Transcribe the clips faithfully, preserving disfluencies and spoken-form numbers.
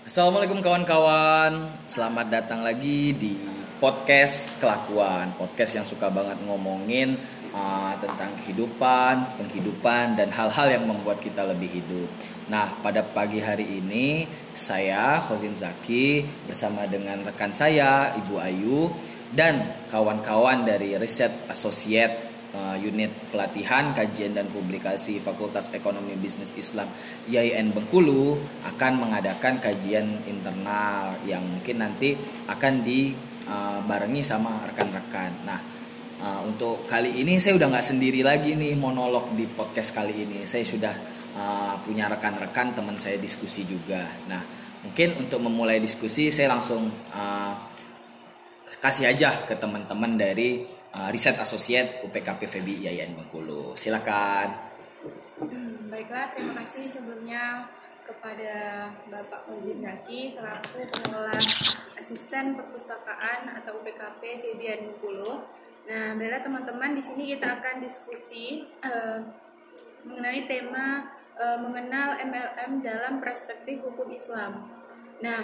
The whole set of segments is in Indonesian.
Assalamualaikum kawan-kawan, selamat datang lagi di podcast Kelakuan. Podcast yang suka banget ngomongin uh, tentang kehidupan, penghidupan, dan hal-hal yang membuat kita lebih hidup. Nah, pada pagi hari ini saya Khozin Zaki bersama dengan rekan saya Ibu Ayu dan kawan-kawan dari Riset Associate Uh, unit pelatihan, kajian dan publikasi Fakultas Ekonomi Bisnis Islam I A I N Bengkulu akan mengadakan kajian internal yang mungkin nanti akan dibarengi uh, sama rekan-rekan. Nah, uh, untuk kali ini saya udah nggak sendiri lagi nih monolog di podcast kali ini. Saya sudah uh, punya rekan-rekan, teman saya diskusi juga. Nah, mungkin untuk memulai diskusi saya langsung uh, kasih aja ke teman-teman dari Uh, Riset Associate U P K P F E B I I A I N Bengkulu. Silakan. Hmm, baiklah, terima kasih sebelumnya kepada Bapak Khozin Zaki selaku pengelola asisten perpustakaan atau U P K P F E B I I A I N Bengkulu. Nah, baiklah teman-teman, di sini kita akan diskusi uh, mengenai tema uh, mengenal M L M dalam perspektif hukum Islam. Nah,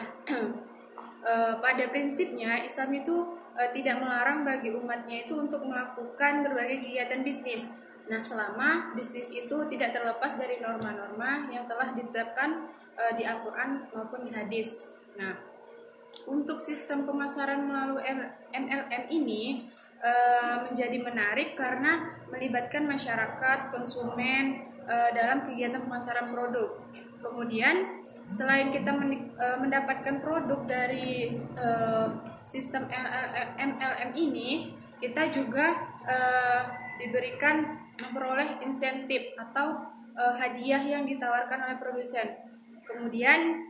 uh, pada prinsipnya Islam itu tidak melarang bagi umatnya itu untuk melakukan berbagai kegiatan bisnis. Nah, selama bisnis itu tidak terlepas dari norma-norma yang telah ditetapkan e, di Al-Quran maupun di hadis. Nah, untuk sistem pemasaran melalui M L M ini e, menjadi menarik karena melibatkan masyarakat, konsumen e, dalam kegiatan pemasaran produk. Kemudian selain kita mendapatkan produk dari e, sistem M L M ini, kita juga e, diberikan memperoleh insentif atau e, hadiah yang ditawarkan oleh produsen. Kemudian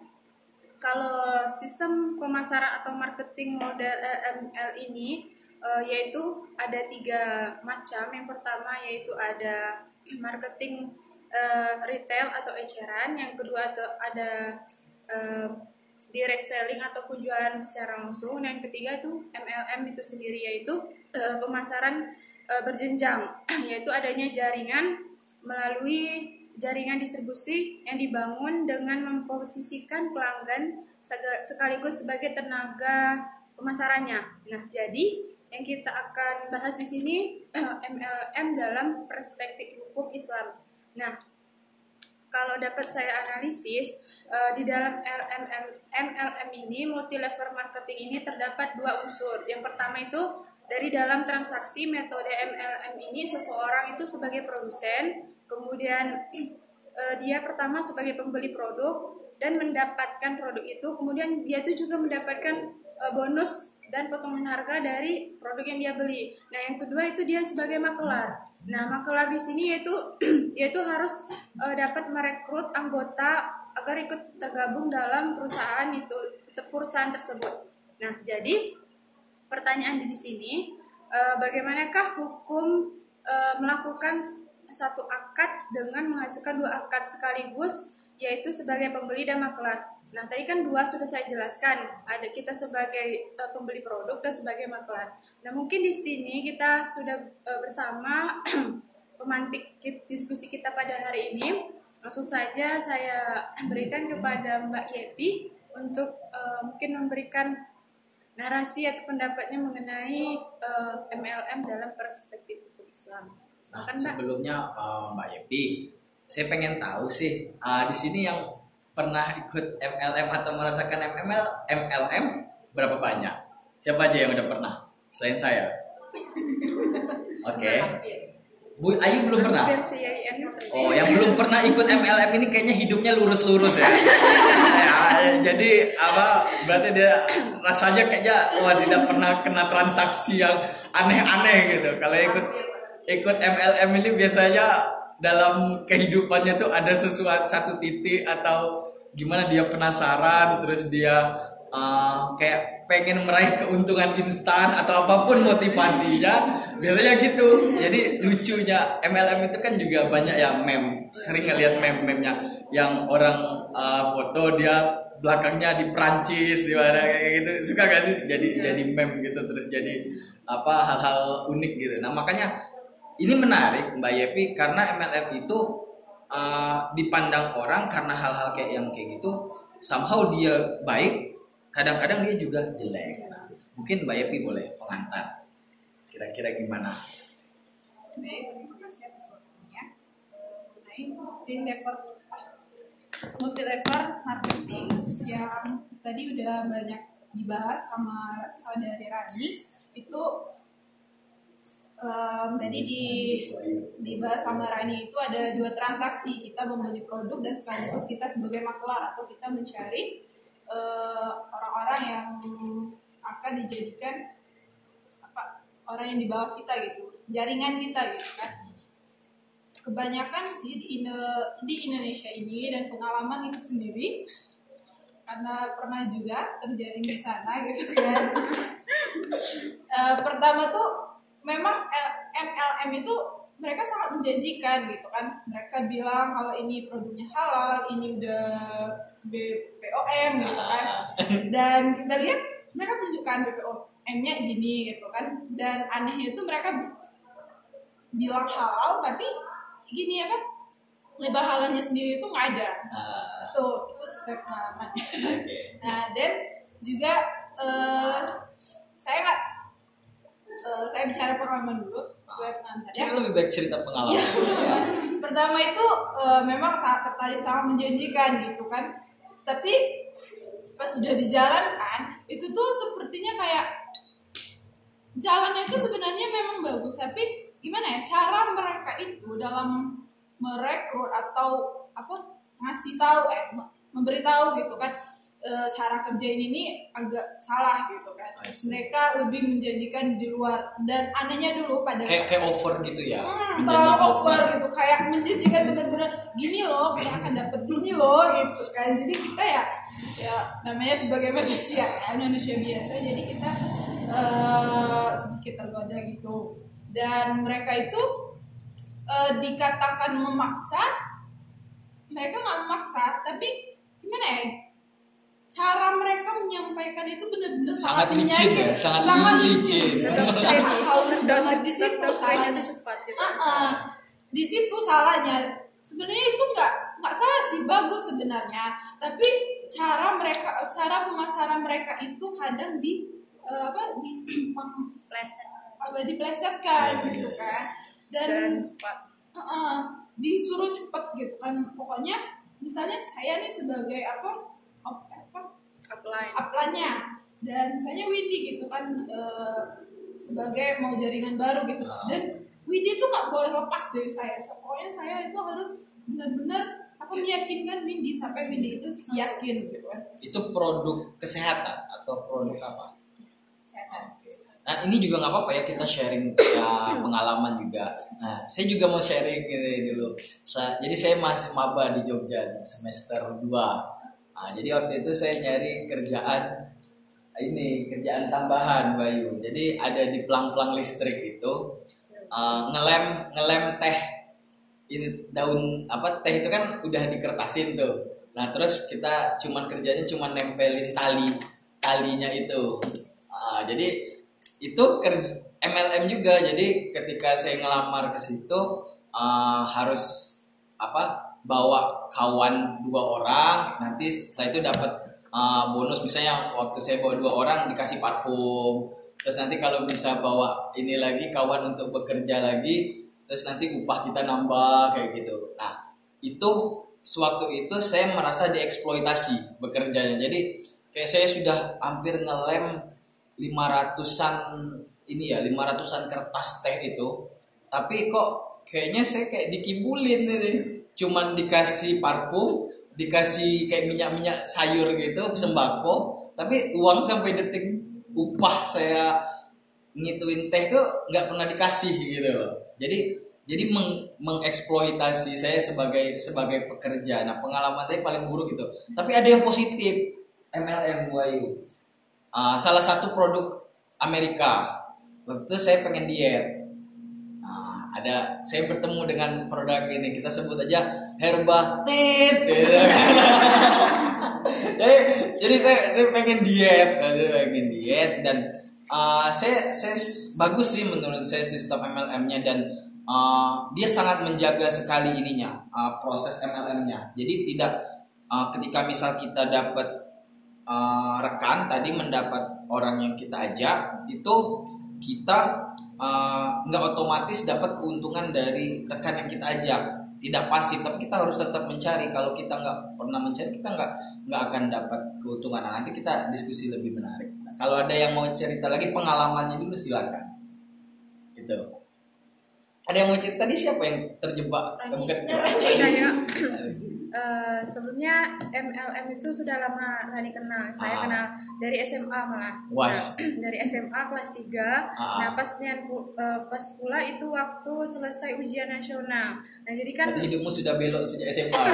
kalau sistem pemasaran atau marketing model M L ini e, yaitu ada tiga macam. Yang pertama yaitu ada marketing Uh, retail atau eceran, yang kedua ada uh, direct selling atau penjualan secara langsung, dan yang ketiga itu M L M itu sendiri yaitu uh, pemasaran uh, berjenjang, yaitu adanya jaringan melalui jaringan distribusi yang dibangun dengan memposisikan pelanggan sekaligus sebagai tenaga pemasarannya. Nah, jadi yang kita akan bahas di sini uh, M L M dalam perspektif hukum Islam. Nah, kalau dapat saya analisis, uh, di dalam M L M ini, multi level marketing ini terdapat dua unsur. Yang pertama itu dari dalam transaksi metode M L M ini, seseorang itu sebagai produsen, kemudian uh, dia pertama sebagai pembeli produk dan mendapatkan produk itu, kemudian dia itu juga mendapatkan uh, bonus dan potongan harga dari produk yang dia beli. Nah, yang kedua itu dia sebagai makelar. Nah, makelar di sini yaitu yaitu harus uh, dapat merekrut anggota agar ikut tergabung dalam perusahaan itu perusahaan tersebut. Nah, jadi pertanyaan di sini, uh, bagaimanakah hukum uh, melakukan satu akad dengan menghasilkan dua akad sekaligus, yaitu sebagai pembeli dan makelar. Nah, tadi kan dua sudah saya jelaskan, ada kita sebagai uh, pembeli produk dan sebagai makelar. Nah, mungkin di sini kita sudah uh, bersama pemantik diskusi kita pada hari ini. Langsung saja saya berikan kepada Mbak Yepi untuk uh, mungkin memberikan narasi atau pendapatnya mengenai uh, M L M dalam perspektif hukum Islam. Nah, sebelumnya uh, Mbak Yepi, saya pengen tahu sih uh, di sini yang pernah ikut M L M atau merasakan M L M M L M berapa banyak? Siapa aja yang udah pernah selain saya? Oke. Okay. Bu Ayu belum pernah? Oh, yang belum pernah ikut M L M ini kayaknya hidupnya lurus-lurus ya. Ya, jadi apa? Berarti dia rasanya kayaknya wah tidak pernah kena transaksi yang aneh-aneh gitu. Kalau ikut ikut M L M ini biasanya dalam kehidupannya tuh ada sesuatu satu titik atau gimana dia penasaran, terus dia uh, kayak pengen meraih keuntungan instan atau apapun motivasinya, biasanya gitu. Jadi lucunya M L M itu kan juga banyak ya meme, sering ngeliat meme-memenya yang orang uh, foto dia belakangnya di Prancis di mana kayak gitu, suka gak sih jadi jadi meme gitu, terus jadi apa hal-hal unik gitu. Nah, makanya ini menarik Mbak Yepi karena M L M itu uh, dipandang orang karena hal-hal kayak yang kayak gitu, somehow dia baik, kadang-kadang dia juga jelek. Nah, mungkin Mbak Yepi boleh pengantar. Kira-kira gimana? Baik, terima kasih atas waktunya. Mengenai multi level multi level marketing yang tadi udah banyak dibahas sama saudari Rani, itu um, tadi di dibahas sama Rani itu ada dua transaksi, kita membeli produk dan sekaligus kita sebagai maklar atau kita mencari uh, orang-orang yang akan dijadikan apa orang yang di bawah kita gitu, jaringan kita gitu kan. Kebanyakan sih di, Indo- di Indonesia ini dan pengalaman itu sendiri karena pernah juga terjaring di sana gitu kan. uh, pertama tuh memang M L M itu mereka sangat menjanjikan gitu kan. Mereka bilang kalau ini produknya halal, ini udah B P O M gitu kan. Dan kita lihat mereka tunjukkan B P O M-nya gini gitu kan. Dan anehnya itu mereka bilang halal tapi gini ya kan, label halalnya sendiri itu nggak ada. Uh, itu itu sesuai pengalaman. Okay. Nah dan juga uh, saya nggak uh, saya bicara pengalaman dulu sebagai pengantar. Jadi lebih baik cerita pengalaman. Ya. Pertama itu uh, memang saat tertarik sangat menjanjikan gitu kan. Tapi pas sudah dijalankan itu tuh sepertinya kayak jalannya itu sebenarnya memang bagus, tapi gimana ya cara mereka itu dalam merekrut atau apa ngasih tahu eh memberitahu gitu kan e, cara kerja ini nih agak salah gitu kan. Mereka lebih menjanjikan di luar dan anehnya dulu pada kayak kayak over gitu ya. Hmm, terlalu over gitu, kayak menjanjikan benar-benar gini loh kita akan dapat gini loh gitu kan. Jadi kita ya ya namanya sebagai manusia ya, manusia biasa, jadi kita uh, sedikit tergoda gitu. Dan mereka itu uh, dikatakan memaksa, mereka nggak memaksa, tapi gimana ya? Cara mereka menyampaikan itu benar-benar sangat licin ya, sangat, sangat licin. Halus banget di situ salahnya. Cepat gitu. Uh-uh. Di situ salahnya. Sebenarnya itu nggak nggak salah sih, bagus sebenarnya. Tapi cara mereka, cara pemasaran mereka itu kadang di uh, apa disimpang pleset, apa diplesetkan gitu kan. Dan, Dan cepat. Uh-uh, disuruh cepat gitu kan. Pokoknya misalnya saya nih sebagai apa? Upline. Upline-nya dan misalnya Windy gitu kan e, sebagai mau jaringan baru gitu, dan Windy tuh nggak boleh lepas dari saya. Pokoknya saya itu harus benar-benar apa meyakinkan Windy sampai Windy itu yakin gitu kan. Itu produk kesehatan atau produk apa? Kesehatan. Nah ini juga nggak apa-apa ya, kita sharing ya, pengalaman juga. Nah saya juga mau sharing ini dulu. Jadi saya masih maba di Jogja semester dua. Nah, jadi waktu itu saya nyari kerjaan ini kerjaan tambahan Bayu. Jadi ada di pelang-pelang listrik itu uh, ngelem ngelem teh ini daun apa teh itu kan udah dikertasin tuh. Nah terus kita cuman kerjanya cuman nempelin tali talinya itu. Uh, jadi itu kerja M L M juga. Jadi ketika saya ngelamar ke situ uh, harus apa? Bawa kawan dua orang, nanti setelah itu dapat uh, bonus, misalnya waktu saya bawa dua orang dikasih parfum, terus nanti kalau bisa bawa ini lagi kawan untuk bekerja lagi, terus nanti upah kita nambah kayak gitu. Nah itu sewaktu itu saya merasa dieksploitasi bekerjanya. Jadi kayak saya sudah hampir ngelem lima ratusan ini ya lima ratusan kertas teh itu, tapi kok kayaknya saya kayak dikibulin ini. Cuman dikasih parfum, dikasih kayak minyak-minyak sayur gitu, sembako, tapi uang sampai detik upah saya ngituin teh tuh nggak pernah dikasih gitu. Jadi jadi meng, mengeksploitasi saya sebagai sebagai pekerja. Nah pengalaman saya paling buruk gitu. Tapi ada yang positif, M L M Wayu. Uh, salah satu produk Amerika. Waktu itu saya pengen diet. Ada saya bertemu dengan produk ini, kita sebut aja Herba Tit gitu. jadi, jadi saya, saya pengen diet saya pengen diet dan uh, saya saya bagus sih menurut saya sistem M L M-nya, dan uh, dia sangat menjaga sekali ininya uh, proses M L M-nya. Jadi tidak uh, ketika misal kita dapat uh, rekan tadi mendapat orang yang kita ajak itu kita uh, nggak otomatis dapat keuntungan dari rekan yang kita ajak, tidak pasif, tapi kita harus tetap mencari. Kalau kita nggak pernah mencari, kita nggak nggak akan dapat keuntungan. Nah, nanti kita diskusi lebih menarik. Nah, kalau ada yang mau cerita lagi pengalamannya dulu silakan. Gitu. Ada yang mau cerita tadi siapa yang terjebak? Bukan. Uh, sebelumnya M L M itu sudah lama Rani kenal. Saya ah. kenal dari S M A malah. Nah, dari S M A kelas tiga. Ah. Nah, pas nian uh, pas pula itu waktu selesai ujian nasional. Nah, jadi kan berarti hidupmu sudah belok sejak S M A.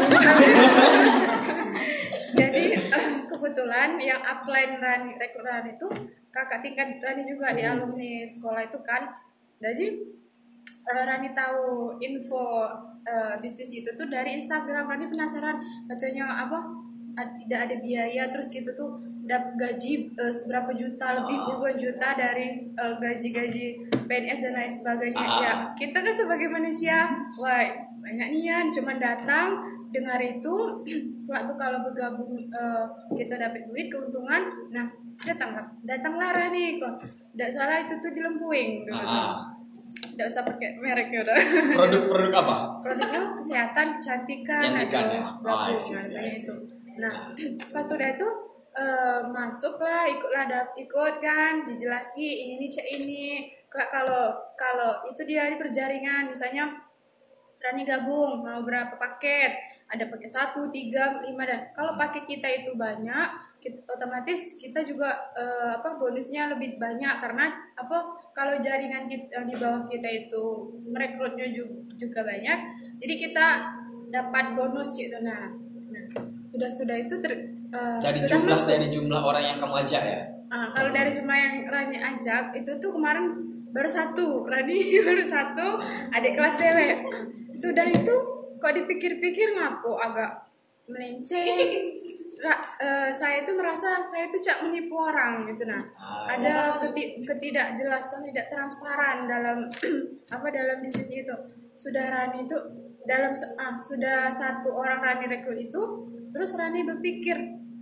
Jadi uh, kebetulan yang upline Rani rekrut Rani itu kakak tingkat Rani juga di alumni sekolah itu kan. Jadi kalau Rani tahu info uh, bisnis itu tuh dari Instagram. Rani penasaran, katanya apa tidak ada biaya, terus gitu tuh dapat gaji uh, seberapa juta, lebih puluhan juta dari uh, gaji-gaji P N S dan lain sebagainya. Ah. Ya kita kan sebagai manusia, wah banyak nian, cuman datang dengar itu, setelah tuh kalau bergabung uh, kita dapat duit keuntungan, nah datanglah datanglah Rani kok, tidak salah itu tuh di Lempuing. Ah. Tidak usah pakai merek ya udah. Produk-produk apa? Produknya kesehatan, kecantikan, kecantikan atau ya. oh, itu. Nah, pas sudah itu uh, masuklah, ikutlah dap, ikut kan, dijelasi ini ini cek ini. Kalau kalau itu dia di perjaringan, misalnya Rani gabung mau berapa paket, ada paket satu, tiga, lima dan kalau paket kita itu banyak, kita, otomatis kita juga uh, apa bonusnya lebih banyak karena apa kalau jaringan kita di bawah kita itu merekrutnya juga, juga banyak, jadi kita dapat bonus gitu. Nah, nah sudah sudah itu ter, uh, dari sudah jumlah masuk. dari jumlah orang yang kamu ajak ya. Uh, kalau dari jumlah yang Rani ajak itu tuh kemarin baru satu, Rani baru satu, adik kelas cewek. Sudah itu kok dipikir-pikir ngaku agak melenceng. Ra, uh, saya itu merasa saya itu cak menipu orang gitu. Nah, ah, ada keti, ketidakjelasan, tidak transparan dalam apa dalam bisnis itu. Sudah Rani itu dalam ah, sudah satu orang Rani rekrut itu, terus Rani berpikir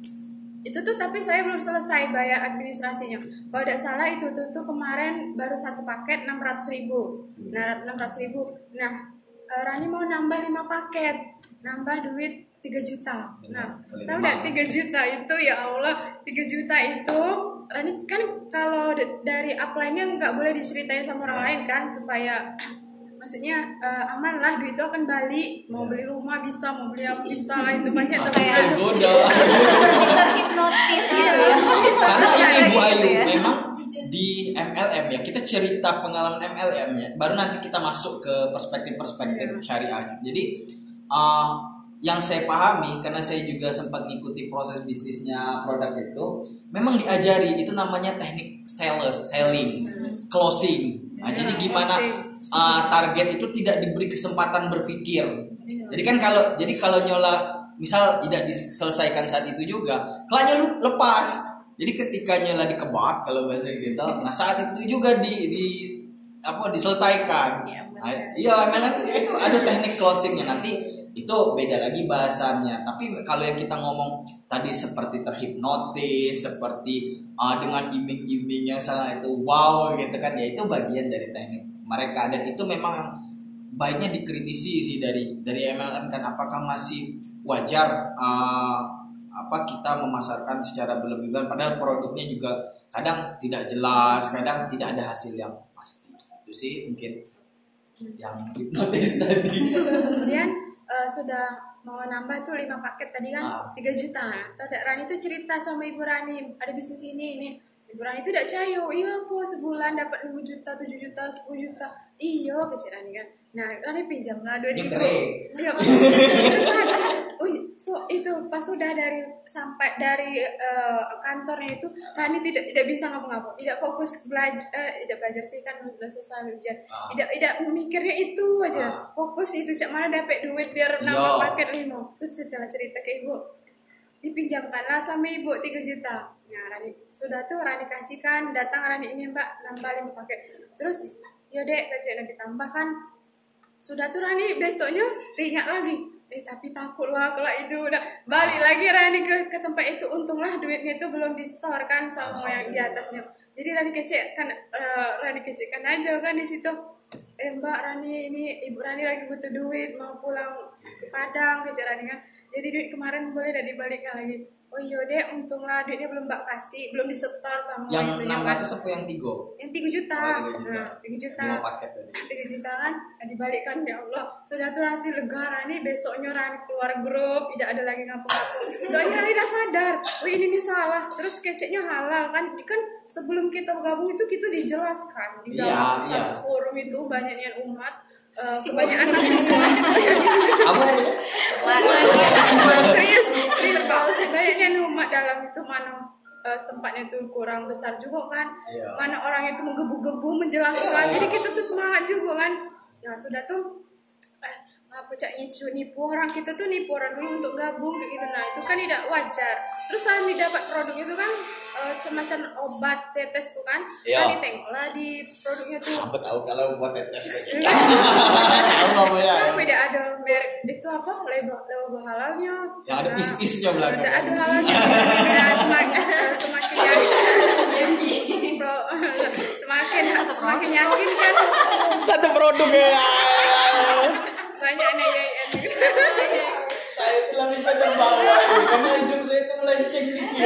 itu tuh tapi saya belum selesai bayar administrasinya. Kalau tidak salah itu tuh, tuh kemarin baru satu paket enam ratus ribu. Nah, enam ratus ribu. Nah, Rani mau nambah lima paket, nambah duit tiga juta. Nah, tahu enggak tiga juta itu ya Allah, tiga juta itu Rani kan kalau dari upline-nya nggak boleh diceritain sama orang lain kan supaya maksudnya uh, aman lah, duit itu akan balik, mau beli rumah bisa, mau beli apa bisa lah, itu banyak kayak terhipnotis gitu ya. Karena ini Bu Ayu memang di M L M ya, kita cerita pengalaman M L M ya, baru nanti kita masuk ke perspektif-perspektif syariah. Jadi uh, yang saya pahami karena saya juga sempat ngikuti proses bisnisnya produk itu, memang diajari itu namanya teknik sales, selling, closing. Nah, ya, jadi gimana uh, target itu tidak diberi kesempatan berpikir. Jadi kan kalau jadi kalau nyola misal tidak diselesaikan saat itu juga, kelanya lu lepas. Jadi ketika nyola dikebak kalau bahasa kita, nah saat itu juga di, di apa diselesaikan. Iya, memang itu, itu ada teknik closingnya nanti. Itu beda lagi bahasannya. Tapi kalau yang kita ngomong tadi seperti terhipnotis, seperti uh, dengan iming-iming yang salah itu wow gitu kan, ya itu bagian dari teknik mereka dan itu memang baiknya dikritisi sih dari dari M L M kan, apakah masih wajar uh, apa kita memasarkan secara berlebihan padahal produknya juga kadang tidak jelas, kadang tidak ada hasil yang pasti. Itu sih mungkin yang hipnotis tadi. Kemudian Uh, sudah mau nambah tuh lima paket tadi kan tiga ah. juta. Tahu tidak, Rani tuh cerita sama Ibu Rani ada bisnis ini ini. Ibu Rani itu tidak cayo, iya po sebulan dapat lima juta, tujuh juta, sepuluh juta. Iyo kecil Rani kan. Nah Rani pinjam lah dua ribu. Iya. Oh, so itu pas sudah dari sampai dari uh, kantornya itu Rani tidak tidak bisa ngapa-ngapa, tidak fokus belajar, uh, tidak belajar sih kan udah susah ujian, ah. tidak tidak memikirnya itu aja, ah. fokus itu cak mana dapat duit biar nambah paket lima. Terus setelah cerita ke ibu, dipinjamkanlah sama ibu tiga juta. Nah Rani sudah tuh Rani kasihkan, datang Rani ini mbak nambah lima paket, terus yaudah kerjaan ditambahkan. Sudah tuh Rani besoknya teringat lagi, eh tapi takut lah kalau itu udah balik lagi Rani ke, ke tempat itu. Untunglah duitnya itu belum di store kan sama yang di atasnya. Jadi Rani kecek kan, uh, Rani kecekkan aja kan di situ. Eh Mbak Rani, ini Ibu Rani lagi butuh duit mau pulang ke Padang, kecek Rani kan. Jadi duit kemarin boleh udah dibalikkan lagi. Oh iya deh, untunglah duitnya belum Mbak kasih, belum disetor sama Yang itu enam kan. ratus apa yang tigo? Yang tiga juta. Oh, tiga juta. Nah, tiga juta. Lima paket tadi. tiga juta kan dibalikkan, ya Allah. Sudah tuh Rani lega Rani, besoknya Rani keluar grup, tidak ada lagi ngapu-ngapu. Soalnya Rani udah sadar, oh ini nih salah. Terus keceknya halal kan. Kan sebelum kita gabung itu kita dijelaskan di dalam Iya, satu iya. forum itu banyaknya umat, uh, kebanyakan mahasiswa. Apa ya? Serius, serius Pak. Banyaknya umat dalam itu mana uh, tempatnya itu kurang besar juga kan. Iya. Mana orang itu menggebu-gebu menjelaskan. Jadi kita tuh semangat juga kan. Nah sudah tuh eh, apa cak nipu nipu orang, kita tuh nipu orang dulu untuk gabung kayak gitu. Nah itu kan tidak wajar. Terus Rani dapat produk itu kan uh, semacam obat tetes tuh kan. Iya. Rani tengoklah di produknya tuh. Apa tahu kalau buat tetes kayak Iya. Tahu apa ya? Kan tidak ada merek itu apa logo logo halalnya. Yang ada Nah, is-isnya belakang. Tidak ada halalnya. Nah, semakin eh, semakin yakin, Bro. semakin semakin yakin kan Satu produk ya. banyak nih ya. Saya telah minta terbawa karena hidup saya itu melenceng sedikit.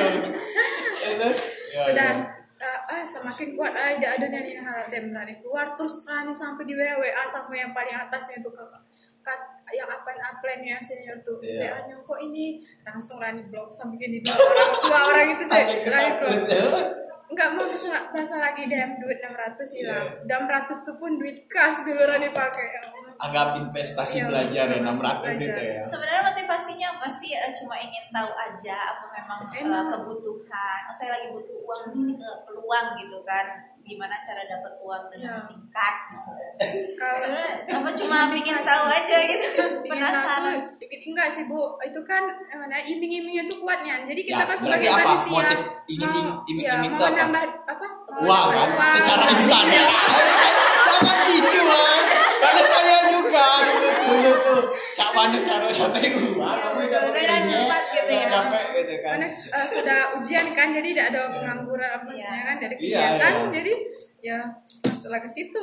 Ya, terus? Ya, Sudah ya. eh, ah semakin kuat ah tidak ada nyari halal dan berani keluar terus Rani sampai di W A sama yang paling atasnya itu kakak kat, yang upline yang senior tuh Iya. W A-nya kok ini langsung Rani blok sampai gini dua orang dua orang itu saya Saking Rani blok takut. nggak mau bahasa, bahasa lagi D M duit enam ratus hilang. Iya. enam ratus itu pun duit kas dulu Rani pakai. Ya Allah. Anggap investasi Iya. belajar ya enam ratus Belajar. itu ya. Sebenarnya motivasinya apa sih? Eh, cuma ingin tahu aja apa memang eh, Emang. kebutuhan. Oh, saya lagi butuh uang ini ke peluang gitu kan. Gimana cara dapat uang dengan Ya. singkat? Kalau Sebenarnya apa cuma ingin tahu aja gitu. Penasaran. Penasaran. Enggak sih Bu, itu kan eh, mana iming-imingnya tuh kuatnya. Jadi kita Ya, kan berarti sebagai apa? manusia Motif ingin- mau- iming- ya, iming mau itu apa? nambah apa? Mau Uang nambah kan uang. secara instan ya. Jangan gitu kan. Karena saya juga dulu dulu tuh cak mana cara dapetin uang kamu dapat Dengan cepat gitu ya. Dapat gitu kan. Karena eh, sudah ujian kan, jadi tidak ada pengangguran apa maksudnya Iya. kan dari Iya, kegiatan, iya. jadi ya masuklah ke situ.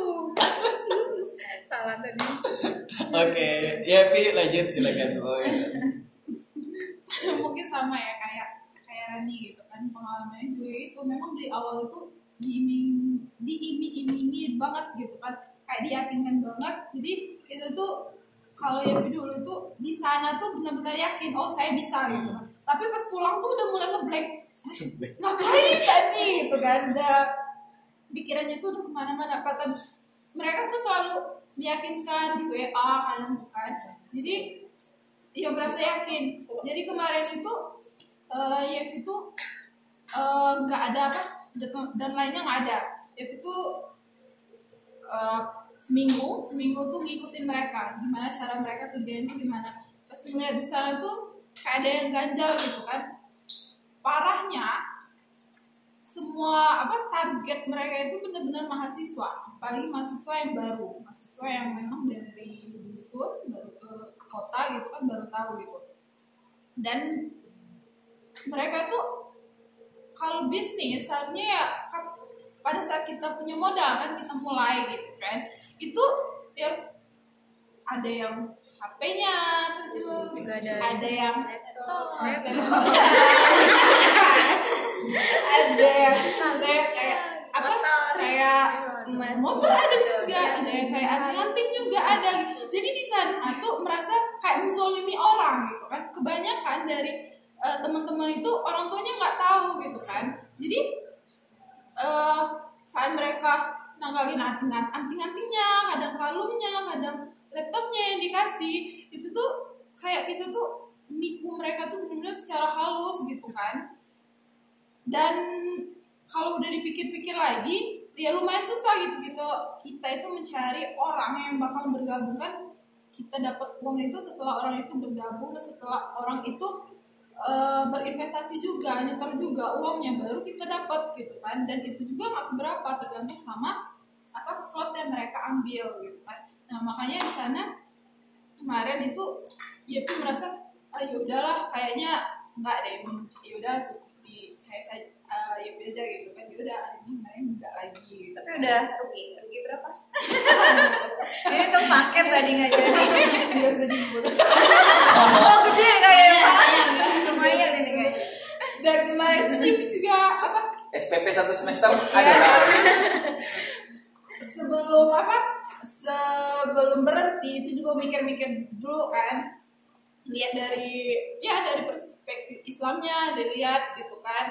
Salah tadi. Oke, ya Pi lanjut silakan. Oh, iya. Mungkin sama ya kayak kayak Rani gitu kan, pengalamannya gue itu memang dari awal itu diiming diiming-imingi banget gitu kan, kayak diyakinkan banget. Jadi kita tuh kalau yang dulu itu di sana tuh benar-benar yakin oh saya bisa gitu kan. Tapi pas pulang tuh udah mulai ngeblank. Eh, ngapain tadi gitu kan, udah pikirannya tuh udah kemana-mana. Kata mereka tuh selalu meyakinkan di W A kadang tuh kan. Jadi ya merasa yakin. Jadi kemarin itu uh, Yev itu eh, nggak uh, ada apa dan, dan lainnya nggak ada. Yev itu uh, seminggu seminggu tuh ngikutin mereka gimana cara mereka kerjain tuh gimana. Pas ngeliat di sana tuh kayak ada yang ganjal gitu kan. Parahnya semua apa target mereka itu benar-benar mahasiswa, apalagi mahasiswa yang baru, mahasiswa yang memang dari dusun baru ke kota gitu kan, baru tahu gitu. Dan mereka tuh kalau bisnis seharusnya ya pada saat kita punya modal kan, kita mulai gitu kan, itu ya ada yang H P-nya terjual, Juga ada ada yang laptop. ada yang ada yang kayak apa kayak motor ada juga, ada yang kayak anting-anting juga ada. Jadi di sana tuh merasa kayak menzolimi orang gitu kan. Kebanyakan dari uh, teman-teman itu orang tuanya nggak tahu gitu kan. Jadi uh, saat mereka nanggalin anting- anting-antingnya, kadang kalungnya, kadang laptopnya yang dikasih, itu tuh kayak kita tuh nipu mereka tuh benar-benar secara halus gitu kan. Dan kalau udah dipikir-pikir lagi, ya lumayan susah gitu gitu kita itu mencari orang yang bakal bergabung kan. Kita dapat uang itu setelah orang itu bergabung dan setelah orang itu e, berinvestasi juga, nyetor juga uangnya, baru kita dapat gitu kan. Dan itu juga masih berapa tergantung sama apa slot yang mereka ambil gitu kan. Nah makanya di sana kemarin itu ya pun merasa ah ya udahlah kayaknya enggak deh, ya udah cukup di saya saya uh, ya aja gitu kan, ya udah ini kemarin enggak lagi gitu. Tapi udah rugi, rugi berapa? Ini tuh paket tadi nggak jadi. Nggak usah diburu. Oh gede kayaknya Pak. Lumayan ini kayaknya. Dan kemarin itu juga apa? S P P satu semester ada nggak? Sebelum apa? Sebelum berhenti itu juga mikir-mikir dulu kan. Lihat dari ya dari perspektif Islamnya, dilihat gitu kan.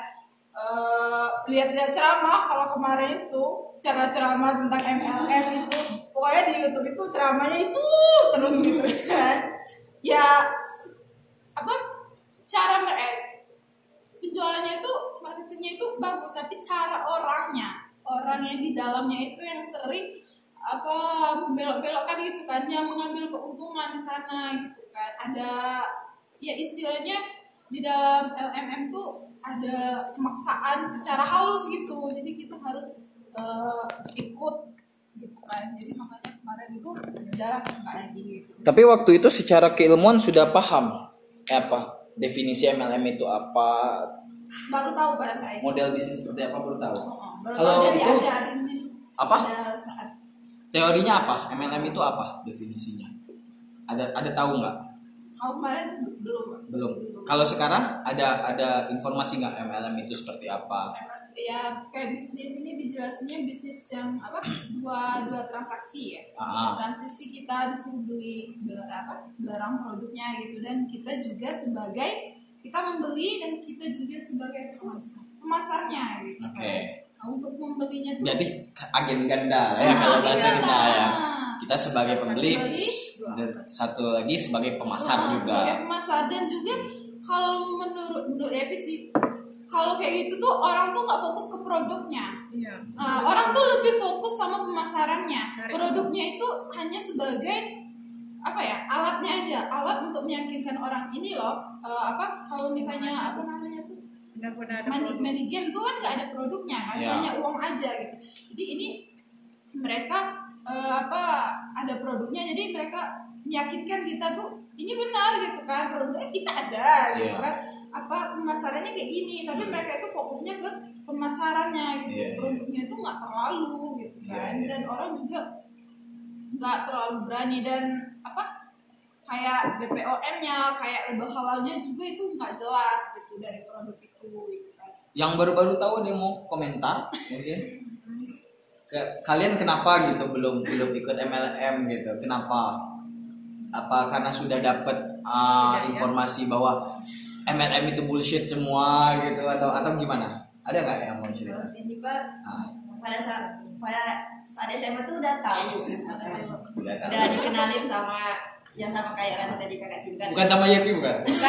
Uh, lihat-lihat ceramah. Kalau kemarin itu cara ceramah tentang M L M itu pokoknya di YouTube itu ceramahnya itu terus gitu kan. Ya apa cara eh, penjualannya itu, marketingnya itu bagus, tapi cara orangnya, orang yang di dalamnya itu yang sering apa belok-belokkan gitu kan, yang mengambil keuntungan di sana gitu kan. Ada ya istilahnya di dalam L M M tuh ada pemaksaan secara halus gitu, jadi kita harus uh, ikut gitu kan. Jadi makanya kemarin itu udah nggak lagi gitu. Tapi waktu itu secara keilmuan sudah paham eh, apa definisi M L M itu apa, Baru tahu pada saat itu. model bisnis seperti apa baru tahu. Oh, baru Kalau tahu dari itu ajarin apa? pada saat Teorinya apa? M L M itu apa definisinya? Ada ada tahu nggak? kalau kemarin belum. Belum. Kalau sekarang ada ada informasi nggak M L M itu seperti apa? Ya kayak bisnis ini dijelasinnya bisnis yang apa dua dua transaksi ya. Ah. Transaksi kita disuruh beli ber- apa barang produknya gitu, dan kita juga sebagai kita membeli dan kita juga sebagai pemas- pemasarnya gitu. Oke. kan. Nah, untuk membelinya tuh Jadi agen ganda ya Ah, kalau agen bahasa kita ganda. ya. Kita sebagai pembeli, Sebagai- dan satu lagi sebagai pemasar Ah, juga. sebagai pemasar, dan juga kalau menurut menurut Epi sih, kalau kayak gitu tuh orang tuh nggak fokus ke produknya. Iya. Nah, orang tuh lebih fokus sama pemasarannya. Menarik. Produknya itu hanya sebagai apa ya, alatnya aja, alat untuk meyakinkan orang ini loh. eh, apa kalau misalnya apa namanya tuh Benar-benar ada money, produk. money game tuh kan nggak ada produknya kan, Ya. hanya uang aja gitu. Jadi ini mereka eh, apa ada produknya, jadi mereka meyakinkan kita tuh ini benar gitu kan, produknya kita ada gitu Ya. kan. Apa pemasarannya kayak gini, tapi mereka itu fokusnya ke pemasarannya gitu. Iya, iya. Produknya itu nggak terlalu gitu Iya, kan. iya. Dan orang juga nggak terlalu berani, dan apa kayak B P O M-nya, kayak label halalnya juga itu nggak jelas gitu dari produk itu gitu kan. Yang baru-baru tahu dia mau komentar mungkin. Ke, kalian kenapa gitu belum belum ikut M L M gitu? Kenapa? Apa karena sudah dapat uh, Tidak, ya. informasi bahwa M L M itu bullshit semua gitu, atau atau gimana? Ada nggak yang mau cerita? Kalau sini Pak, Ah, pada saat pada saat S M A tuh udah tahu, udah tahu. udah dikenalin sama ya sama kayak Rani tadi kakak Cinta. Bukan sama Yepi bukan? Bukan.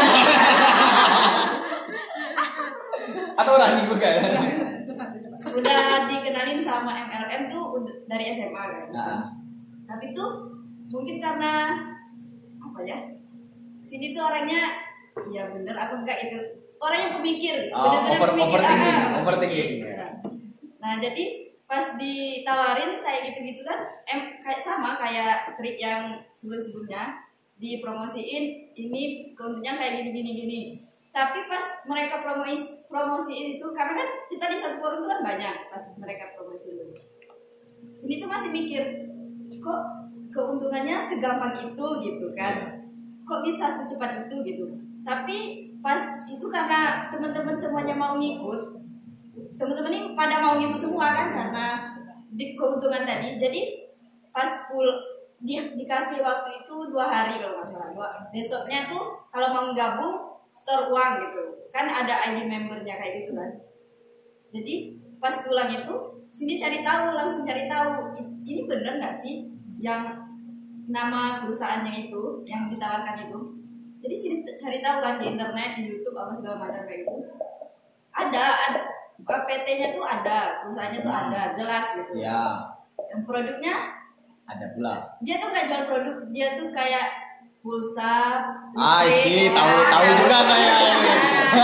Atau Rani bukan? Cepat, cepat. Udah dikenalin sama M L M tuh ud- dari S M A kan. Nah, Tapi tuh mungkin karena apa ya? Sini tuh orangnya ya bener apa enggak itu orangnya pemikir, oh, bener-bener over, pemikir. overthinking, Ah. overthinking. Nah, Nah jadi pas ditawarin kayak gitu-gitu kan, em kayak sama kayak trik yang sebelum-sebelumnya dipromosiin ini keuntungannya kayak gini-gini gini. Tapi pas mereka promois promosiin itu, karena kan kita di satu forum itu kan banyak, pas mereka promosiin sini tuh masih mikir kok keuntungannya segampang itu gitu kan, kok bisa secepat itu gitu. Tapi pas itu karena teman-teman semuanya mau ngikut, teman-teman ini pada mau ngikut semua kan karena di keuntungan tadi. Jadi pas pul di, dikasih waktu itu dua hari kalau nggak salah. Dua, besoknya tuh kalau mau gabung store uang gitu kan, ada I D membernya kayak gitu kan. Jadi pas pulang itu sini cari tahu, langsung cari tahu ini bener nggak sih yang nama perusahaannya itu yang ditawarkan itu. Jadi sini cari tahu kan di internet, di YouTube apa segala macam kayak gitu. Ada, ada P T-nya tuh ada, perusahaannya tuh ada, jelas gitu. Ya, Yang produknya ada pula. dia tuh nggak jual produk, dia tuh kayak pulsa, Ah, listrik, sih, tahu ya, tahu kan? juga saya.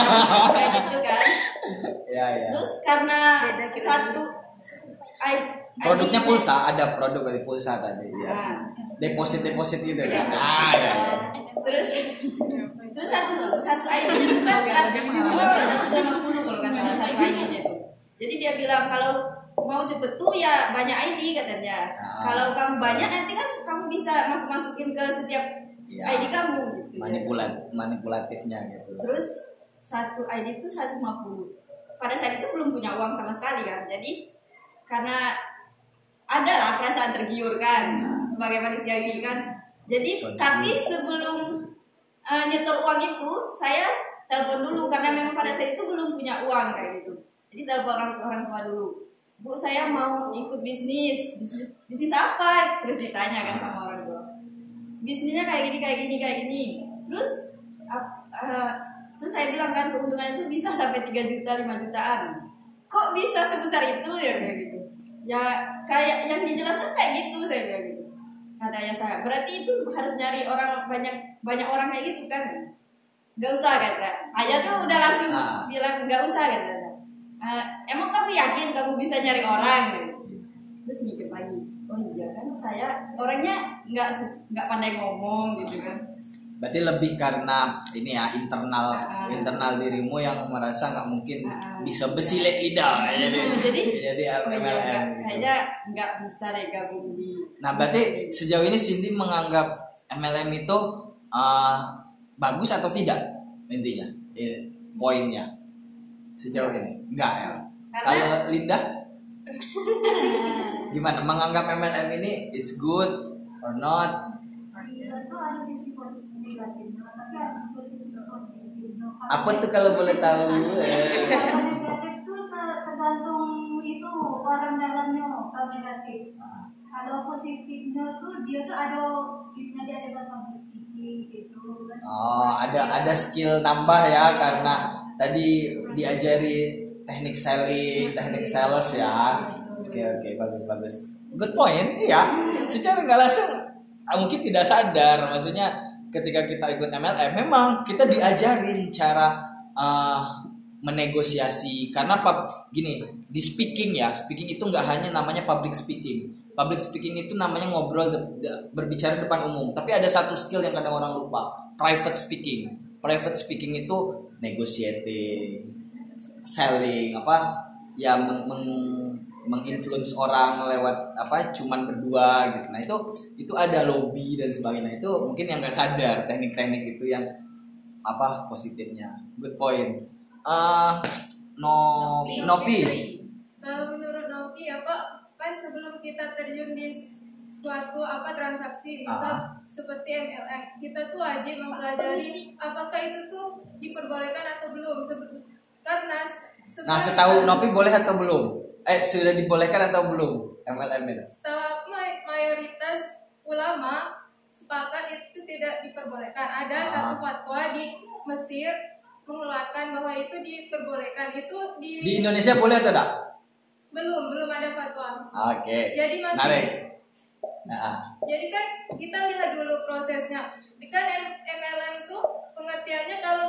Kayak gitu kan. Ya, ya. Terus karena Beda kira-kira. satu I, Produknya I D-nya. pulsa, ada produk dari pulsa tadi ya. Nah, Deposit deposit gitu Iya. kan. Ah, ya, ya. terus terus satu satu I D itu kan seratus lima puluh kalau nggak salah satu I D-nya itu. Jadi dia bilang kalau mau cepet tuh ya banyak I D katanya. Ah. Kalau kamu banyak nanti kan kamu bisa masuk masukin ke setiap Ya. I D kamu. Gitu, ya. Manipulat manipulatifnya gitu. Terus satu I D itu seratus lima puluh. Pada saat itu belum punya uang sama sekali kan. Jadi karena ada lah perasaan tergiur kan sebagai manusiawi kan. Jadi So tapi sweet. sebelum uh, nyetor uang itu saya telepon dulu karena memang pada saat itu belum punya uang kayak gitu. Jadi telepon orang orang tua dulu. Bu, saya mau ikut bisnis. Bisnis, bisnis apa? Terus ditanya kan sama orang tua. Bisnisnya kayak gini kayak gini kayak gini. Terus ap- uh, terus saya bilang kan keuntungannya itu bisa sampai tiga juta lima jutaan. Kok bisa sebesar itu ya kayak gitu. Ya kayak yang dijelaskan kayak gitu saya bilang gitu. Katanya saya, berarti itu harus nyari orang banyak banyak orang kayak gitu kan? Gak usah kata. Ayah tuh udah langsung Ah. bilang gak usah kata. "Ah, emang kamu yakin kamu bisa nyari orang?" Gitu. Terus mikir lagi, oh iya kan saya orangnya nggak su- nggak pandai ngomong gitu kan. Berarti lebih karena ini ya internal Ah. internal dirimu yang merasa nggak mungkin Ah. bisa besi lidah jadi Jadi jadi oh iya, M L M. nggak- gitu. kayaknya nggak bisa deh gabung di. Nah, berarti sejauh ini Cindy menganggap M L M itu uh, bagus atau tidak intinya? Eh, poinnya sejauh ini enggak ya. Karena- Kalau Linda gimana menganggap M L M ini it's good or not? Apa tuh kalau boleh tahu? Eh, Kalau negatif tuh te- tergantung itu orang dalamnya kalau negatif. Kalau positifnya tuh dia tuh ada nanti ada bapak speaking gitu kan. Oh, ada ada skill nambah ya karena tadi diajari teknik selling, teknik sales ya. Oke oke bagus bagus. Good point, iya. Secara nggak langsung ah, mungkin tidak sadar, maksudnya ketika kita ikut M L M memang kita diajarin cara uh, menegosiasi karena pub, gini di speaking ya speaking itu nggak hanya namanya public speaking. Public speaking itu namanya ngobrol de- de- berbicara depan umum. Tapi ada satu skill yang kadang orang lupa, private speaking. Private speaking itu negotiating, selling, apa ya meng, meng- menginfluence orang lewat apa cuman berdua gitu. Nah itu itu ada lobby dan sebagainya. Itu mungkin yang nggak sadar teknik-teknik itu yang apa positifnya. Good point. Uh, no Nopi. Kalau menurut Novi ya Pak, kan sebelum kita terjun di suatu apa transaksi misal Ah. seperti M L M, kita tuh wajib mempelajari apakah itu tuh diperbolehkan atau belum. Sebe- Karena se- Nah setahu Nopi boleh atau belum? Eh sudah dibolehkan atau belum M L M itu? Setahu aku may- mayoritas ulama sepakat itu tidak diperbolehkan. Ada Ah. satu fatwa di Mesir mengeluarkan bahwa itu diperbolehkan. Itu di, Di Indonesia boleh atau tidak? belum belum ada fatwa. Oke. Jadi masih Menarik. Nah, Jadi kan kita lihat dulu prosesnya. Di kan M- MLM itu pengertiannya kalau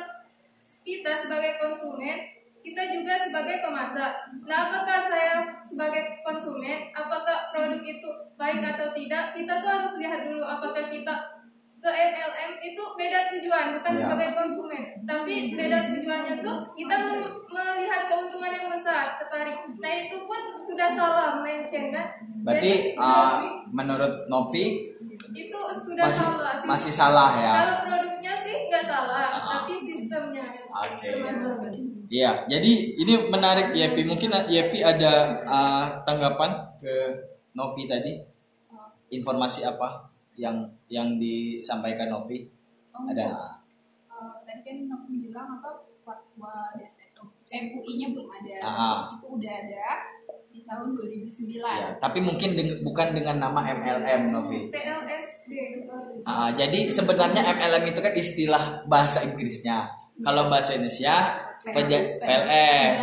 kita sebagai konsumen, kita juga sebagai pemasak. Nah, apakah saya sebagai konsumen, apakah produk itu baik atau tidak? Kita tuh harus lihat dulu apakah kita ke M L M itu beda tujuan, bukan Ya. sebagai konsumen, tapi beda tujuannya tuh kita mem- melihat keuntungan yang besar, tertarik. Nah itu pun sudah salah melenceng kan? berarti Jadi, uh, menurut Nopi itu sudah masih salah sih. masih salah ya. Kalau produknya sih nggak salah, Ah. tapi sistemnya yang Oke. bermasalah. Iya, jadi ini menarik Yepi. Mungkin Yepi ada uh, tanggapan ke Nopi tadi. Informasi apa yang yang disampaikan Nopi? Oh, Ada. eh, tadi kan aku bilang apa fatwa M U I-nya belum ada. Ah. Itu udah ada di tahun dua ribu sembilan. Ya, tapi mungkin deng- bukan dengan nama M L M Nopi. T L S D. Ah, jadi sebenarnya M L M itu kan istilah bahasa Inggrisnya. Kalau bahasa Indonesia peja- P L S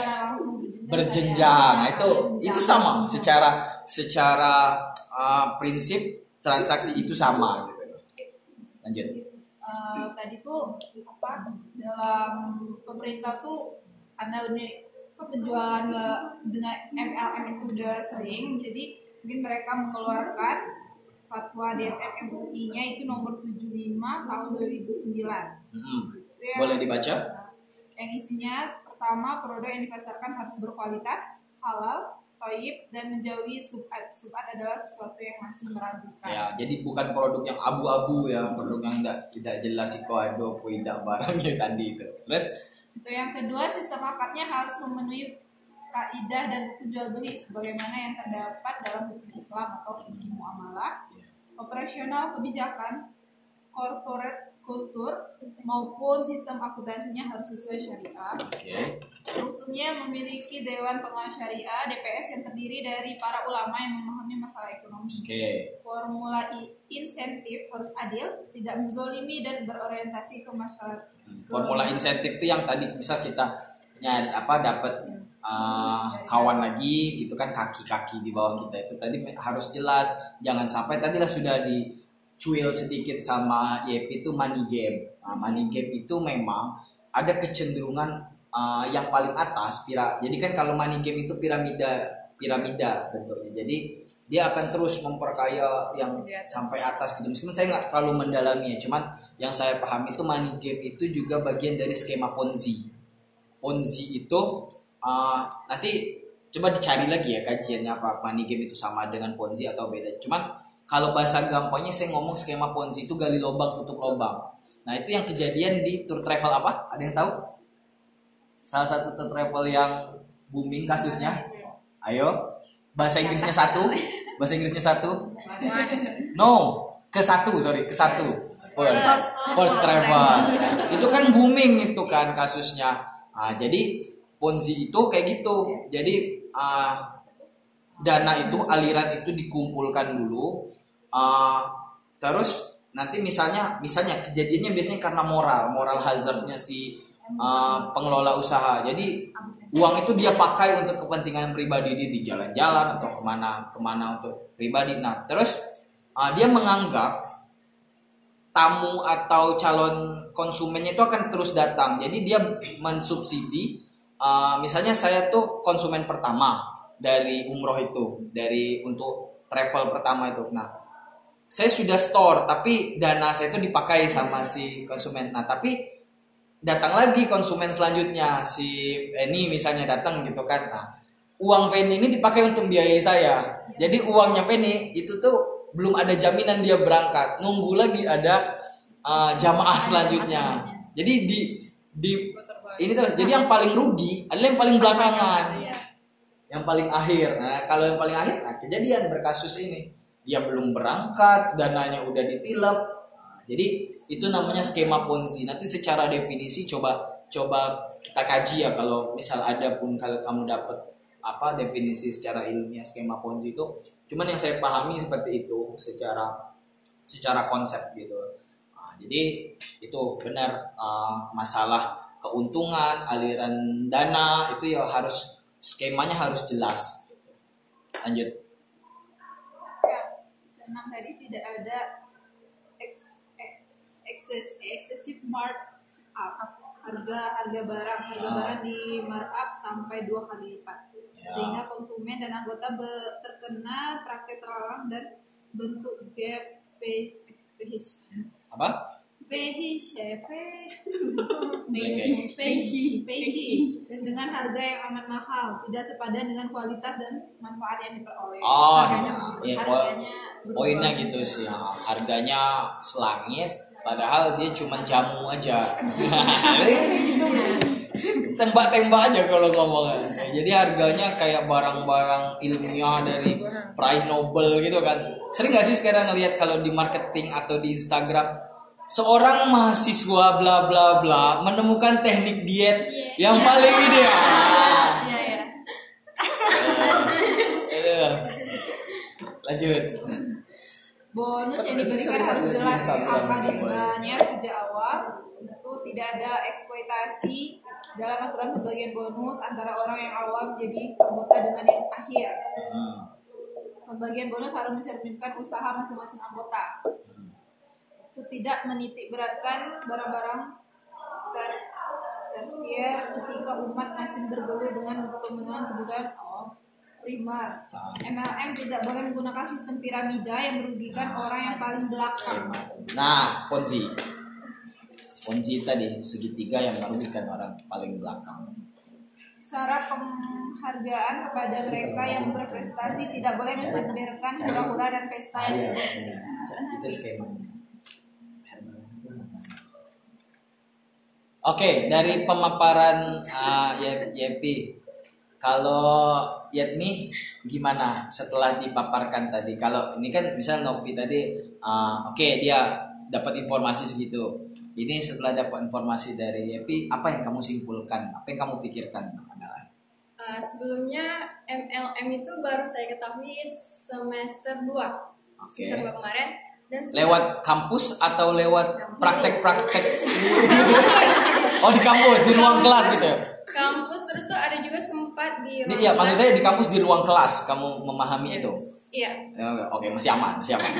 berjenjang. Nah, itu itu sama secara secara uh, prinsip transaksi itu sama gitu. Lanjut. Eh, tadi tuh apa dalam pemerintah tuh karena ini apa, penjualan eh, dengan M L M itu udah sering, jadi mungkin mereka mengeluarkan fatwa D S M M U I-nya itu nomor tujuh puluh lima tahun dua ribu sembilan. Mm-mm. Itu yang- Boleh dibaca? Yang isinya pertama, produk yang dipasarkan harus berkualitas, halal, toyib, dan menjauhi subad. Subad adalah sesuatu yang masih meragukan. Ya, jadi bukan produk yang abu-abu ya, produk yang tidak tidak jelas itu ada apa tidak barangnya tadi itu. Terus Itu yang kedua, sistem akadnya harus memenuhi kaidah dan hukum jual beli sebagaimana yang terdapat dalam hukum Islam atau hukum muamalah. Operasional kebijakan, corporate kultur maupun sistem akuntansinya harus sesuai syariah. oke. Strukturnya memiliki Dewan Pengawas Syariah D P S yang terdiri dari para ulama yang memahami masalah ekonomi. Oke. Formula i- insentif harus adil, tidak menzolimi dan berorientasi ke masyarakat. Formula insentif itu yang tadi bisa kita nyari apa dapat uh, kawan lagi gitu kan, kaki-kaki di bawah kita itu tadi harus jelas, jangan sampai tadilah sudah dicuil sedikit sama Y P itu money game. Nah, money game itu memang ada kecenderungan uh, yang paling atas pira. Jadi kan kalau money game itu piramida piramida bentuknya. Jadi dia akan terus memperkaya yang Di atas. sampai atas gitu. Meskipun saya nggak terlalu mendalami ya, cuman yang saya pahami itu money game itu juga bagian dari skema Ponzi. Ponzi itu uh, nanti coba dicari lagi ya kajiannya apa money game itu sama dengan Ponzi atau beda. Cuman kalau bahasa gampangnya saya ngomong skema Ponzi itu gali lubang tutup lubang. Nah itu yang kejadian di tour travel apa? Ada yang tahu? Salah satu tour travel yang booming kasusnya. Ayo, bahasa Inggrisnya satu, bahasa Inggrisnya satu. No, ke satu, sorry, ke satu. First, first travel. Itu kan booming itu kan kasusnya. Nah, jadi Ponzi itu kayak gitu. Jadi uh, dana itu, aliran itu dikumpulkan dulu. Uh, terus nanti misalnya, misalnya kejadiannya biasanya karena moral, moral hazardnya si uh, pengelola usaha. Jadi uang itu dia pakai untuk kepentingan pribadi dia di jalan-jalan atau kemana kemana untuk pribadi. Nah terus uh, dia menganggap tamu atau calon konsumennya itu akan terus datang. Jadi dia mensubsidi. Uh, misalnya saya tuh konsumen pertama dari umroh itu, dari untuk travel pertama itu. Nah saya sudah store, tapi dana saya itu dipakai sama si konsumen. Nah tapi datang lagi konsumen selanjutnya, si Eni misalnya datang gitu kan. Nah, uang Penny ini dipakai untuk biayai saya. Jadi uangnya Penny itu tuh belum ada jaminan dia berangkat. Nunggu lagi ada uh, jamaah selanjutnya. Jadi di di ini terus. Jadi yang paling rugi adalah yang paling belakangan. Yang paling akhir. Nah, kalau yang paling akhir, nah kejadian berkasus ini. Dia belum berangkat, dananya udah ditilep. Jadi itu namanya skema Ponzi. Nanti secara definisi coba coba kita kaji ya kalau misal ada pun kalau kamu dapat apa definisi secara ilmiah skema Ponzi itu. Cuman yang saya pahami seperti itu secara secara konsep gitu. Nah, jadi itu benar uh, masalah keuntungan, aliran dana itu ya harus skemanya harus jelas. Lanjut. Ya, enam tadi tidak ada eks, ekses excessive markup, harga harga barang harga Ya. barang di markup sampai dua kali lipat, Ya. sehingga konsumen dan anggota be- terkena praktek terlarang dan bentuk gap pay Apa? dengan harga yang amat mahal, tidak sepadan dengan kualitas dan manfaat yang diperoleh. Oh, harganya, iya, harganya poinnya gitu sih. Harganya selangit, padahal dia cuma jamu aja. Gitu. Tembak-tembak aja kalau ngomong. Jadi harganya kayak barang-barang ilmiah dari peraih Nobel gitu kan. Sering gak sih sekarang ngelihat kalau di marketing atau di Instagram seorang mahasiswa bla bla bla menemukan teknik diet yang paling ideal. Iya, iya. Eh, Lanjut. Bonus yang diberikan harus jelas apa disebutnya sejak awal. Tentu tidak ada eksploitasi dalam aturan pembagian bonus antara orang yang awam jadi anggota dengan yang akhir. Hmm. Pembagian bonus harus mencerminkan usaha masing-masing anggota. Itu tidak menitik beratkan barang-barang ter tertier ketika umat masih bergelut dengan pemenuhan kebutuhan. Oh, primer. Ah. M L M tidak boleh menggunakan sistem piramida yang merugikan orang yang paling belakang. Nah, Ponzi. Ponzi tadi segitiga yang merugikan orang paling belakang. Cara penghargaan kepada mereka yang berprestasi tidak boleh mencederkan hura-hura dan pesta Ayo, yang itu skemanya. Oke, dari pemaparan uh, Yepi, kalau Yetmi gimana setelah dipaparkan tadi? Kalau ini kan misal Novi tadi, uh, oke okay, dia dapat informasi segitu. Ini setelah dapat informasi dari Yepi, apa yang kamu simpulkan? Apa yang kamu pikirkan? Uh, sebelumnya M L M itu baru saya ketahui semester dua. Oke. Semester dua kemarin. Dan Lewat kampus atau lewat praktek-praktek? Oh di kampus, di ruang kelas gitu ya? Kampus, terus tuh ada juga sempat di ruang Iya, maksud kelas. saya di kampus di ruang kelas, kamu memahami itu? Iya. Oke, masih aman, masih aman.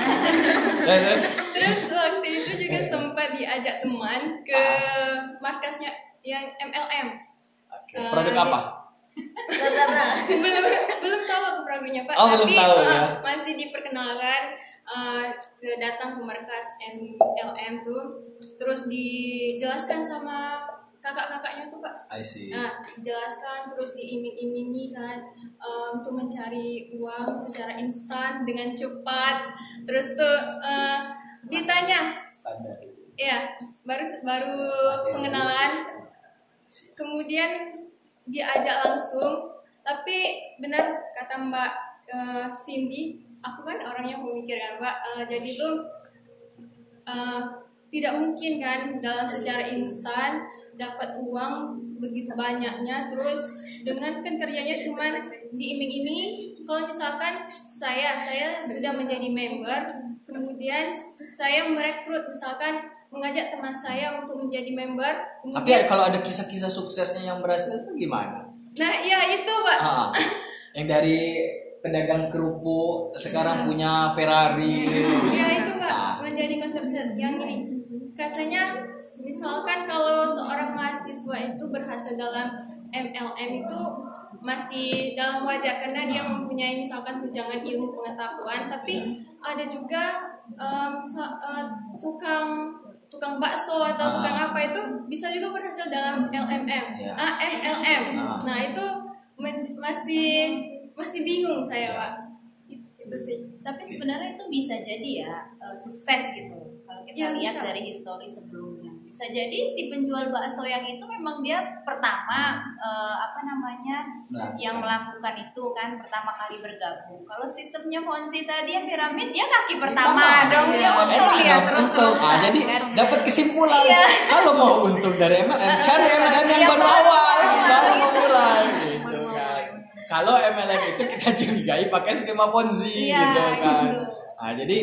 Terus waktu itu juga sempat diajak teman ke markasnya yang M L M. Oke, produk apa? belum belum tahu aku produknya Pak, Oh, belum tapi tahu, uh, ya. masih diperkenalkan uh, ke datang ke markas M L M tuh, terus dijelaskan sama kakak-kakaknya tuh Pak. I see. Nah, dijelaskan terus diiming-imingi kan uh, untuk mencari uang secara instan dengan cepat. Terus tuh uh, ditanya, Standar. ya baru baru pengenalan, kemudian diajak langsung. Tapi benar kata Mbak uh, Cindy, aku kan orangnya memikirkan Mbak, uh, jadi tuh uh, tidak mungkin kan dalam secara instan dapat uang begitu banyaknya, terus dengan kan kerjanya cuma diiming-iming. Kalau misalkan saya saya sudah menjadi member, kemudian saya merekrut, misalkan mengajak teman saya untuk menjadi member. Tapi kalau ada kisah-kisah suksesnya yang berhasil itu gimana? Nah, iya itu Pak. Ah, yang dari pedagang kerupuk sekarang punya Ferrari. Iya itu Pak, Ah. menjadi konsep yang ini. Katanya misalkan kalau seorang mahasiswa itu berhasil dalam M L M itu masih dalam wajar karena dia mempunyai misalkan tunjangan ilmu pengetahuan, tapi ada juga um, so- uh, tukang tukang bakso atau Ah. tukang apa itu bisa juga berhasil dalam L M M, Ya. ah, M L M. Ah. Nah itu men- masih masih bingung saya Pak. Itu sih. Tapi sebenarnya itu bisa jadi ya eh, sukses gitu. Kalau kita Ya, lihat bisa. dari histori sebelumnya, bisa jadi si penjual bakso yang itu memang dia pertama eh, apa namanya Nah. yang melakukan itu kan pertama kali bergabung. Kalau sistemnya Ponzi tadi yang piramid dia kaki pertama dong Iya, dia untung enak ya dong, terus untung. terus. Ah, jadi dapat kesimpulan. Iya. Kalau mau untung dari M L M, cari M L M yang Yang baru baru awal, awal. baru mau mulai gitu kan. Kalau M L M itu kita curigai pakai skema Ponzi Iya, gitu kan. gitu. Nah, jadi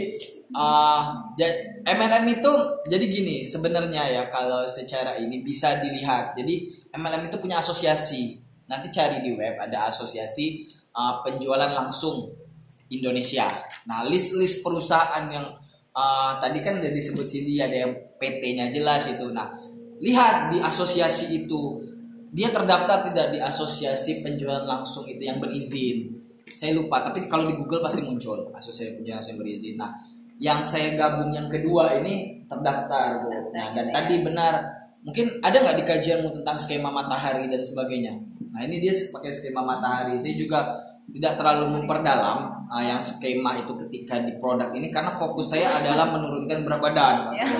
uh, ja- M L M itu jadi gini sebenarnya ya, kalau secara ini bisa dilihat. Jadi M L M itu punya asosiasi. Nanti cari di web ada asosiasi uh, penjualan langsung Indonesia. Nah, list-list perusahaan yang uh, tadi kan udah disebut sini ada yang P T-nya jelas itu. Nah, lihat di asosiasi itu dia terdaftar tidak di asosiasi penjualan langsung itu yang berizin. Saya lupa, tapi kalau di Google pasti muncul asosiasi penjualan langsung yang berizin. Nah, yang saya gabung yang kedua ini terdaftar, Bu. Nah, dan tadi benar, mungkin ada nggak di kajianmu tentang skema matahari dan sebagainya? Nah, ini dia pakai skema matahari. Saya juga tidak terlalu memperdalam uh, yang skema itu ketika di produk ini karena fokus saya adalah menurunkan berat badan.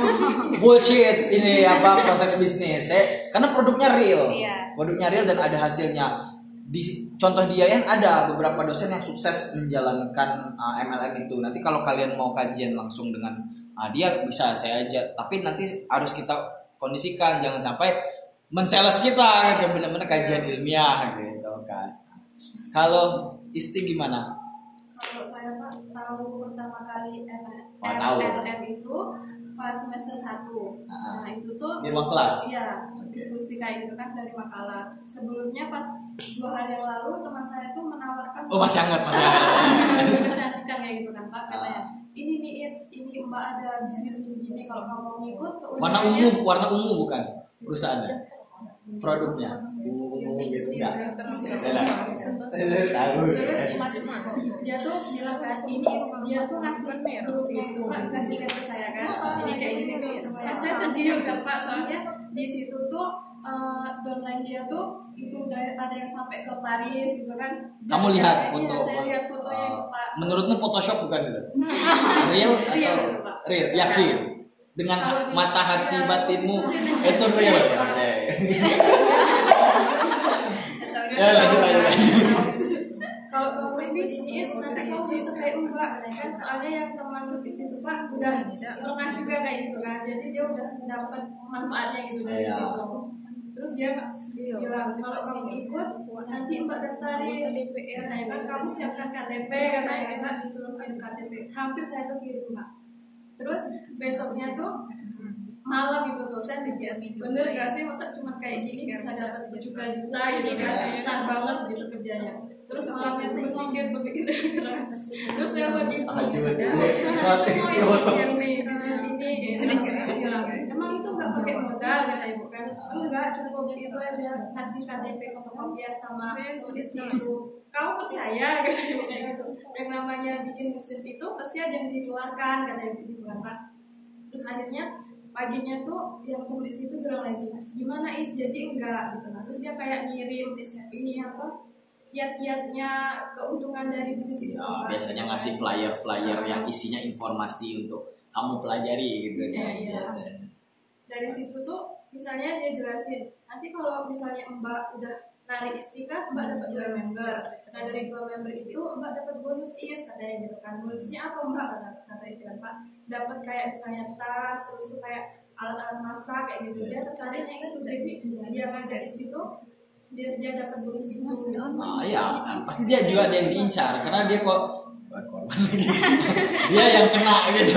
Bullshit ini apa proses bisnis. Saya, karena produknya real. Iya. Produknya real dan ada hasilnya. Di contoh di I A I N ada beberapa dosen yang sukses menjalankan uh, M L M itu. Nanti kalau kalian mau kajian langsung dengan uh, dia bisa saya ajak. Tapi nanti harus kita kondisikan, jangan sampai men-sales kita kayak benar-benar kajian ilmiah gitu kan. Kalau Isti gimana? Kalau saya Pak tahu pertama kali M Oh, tahu. L M itu pas semester satu. Ah. Nah itu tuh Di ruang kelas? Iya, diskusi kayak gitu kan dari makalah. Sebelumnya pas dua hari yang lalu teman saya tuh menawarkan Oh, masih hangat, masih hangat. kecantikan kayak gitu kan Pak katanya. Ini nih Is, ini Mbak ada bisnis begini kalau kamu ngikut Warna keuntungannya ungu, warna ungu bukan perusahaannya, produknya ungu ungu ngomong gitu enggak? Terus Tahu. Terus masih dia tuh bilang kan ini dia tuh ngasih grupnya itu Pak kasih lihat ke saya kan ini kayak gini tuh teman saya tergiur kan Pak soalnya di situ tuh uh, downline dia tuh itu udah ada yang sampai ke Paris gitu kan. Kamu lihat foto? Iya saya lihat fotonya itu Pak. Menurutmu Photoshop bukan itu? Real atau Real, Pak. real? Yakin? Dengan Kalau di- mata hati iya, batinmu itu itu real ya? Oke. Ya lanjut lanjut lanjut. Kalau kamu ini is nanti kamu bisa kayak enggak kan soalnya yang teman itu Pak udah lengah juga kayak gitu kan jadi dia udah dapat manfaatnya gitu dari Iya. situ terus dia bilang kalau kamu ikut nanti mbak daftarin ya kan kamu siapkan K T P karena enak disuruh kirim K T P hampir saya tuh kirim Pak terus besoknya tuh malam itu tuh saya pikir bener gak sih masa cuma kayak gini bisa dapat juta-juta gitu kan susah banget gitu kerjanya terus malamnya tuh berpikir berpikir keras terus saya buat itu Tahajud. ya Saat saya itu. mau yang ini bisnis ini gitu bilang emang itu nggak pakai modal kata ibu kan enggak cukup itu aja kasih K T P fotokopian sama tulis itu kamu percaya gitu kayak gitu yang namanya bikin bisnis itu pasti ada yang dikeluarkan kata ibu gitu kan Pak terus akhirnya paginya tuh yang tulis itu bilang lagi gimana is jadi enggak gitu nah terus dia kayak ngirim ini apa kiat-kiatnya keuntungan dari bisnis itu Ya, biasanya ngasih flyer-flyer yang isinya informasi untuk kamu pelajari gitu Iya, ya iya. biasanya. dari situ tuh misalnya dia jelasin nanti kalau misalnya mbak udah narik Istika mbak dapat dua member nah dari dua member itu mbak dapat bonus is katanya gitu kan bonusnya apa mbak kata kata itu kan Pak dapat kayak misalnya tas terus tuh kayak alat-alat masak kayak gitu dia tertariknya itu jadi dia ngasih di situ dia dia dapat bonus itu Ah iya, kan pasti dia juga ada yang diincar karena dia kok korban lagi. Dia yang kena gitu.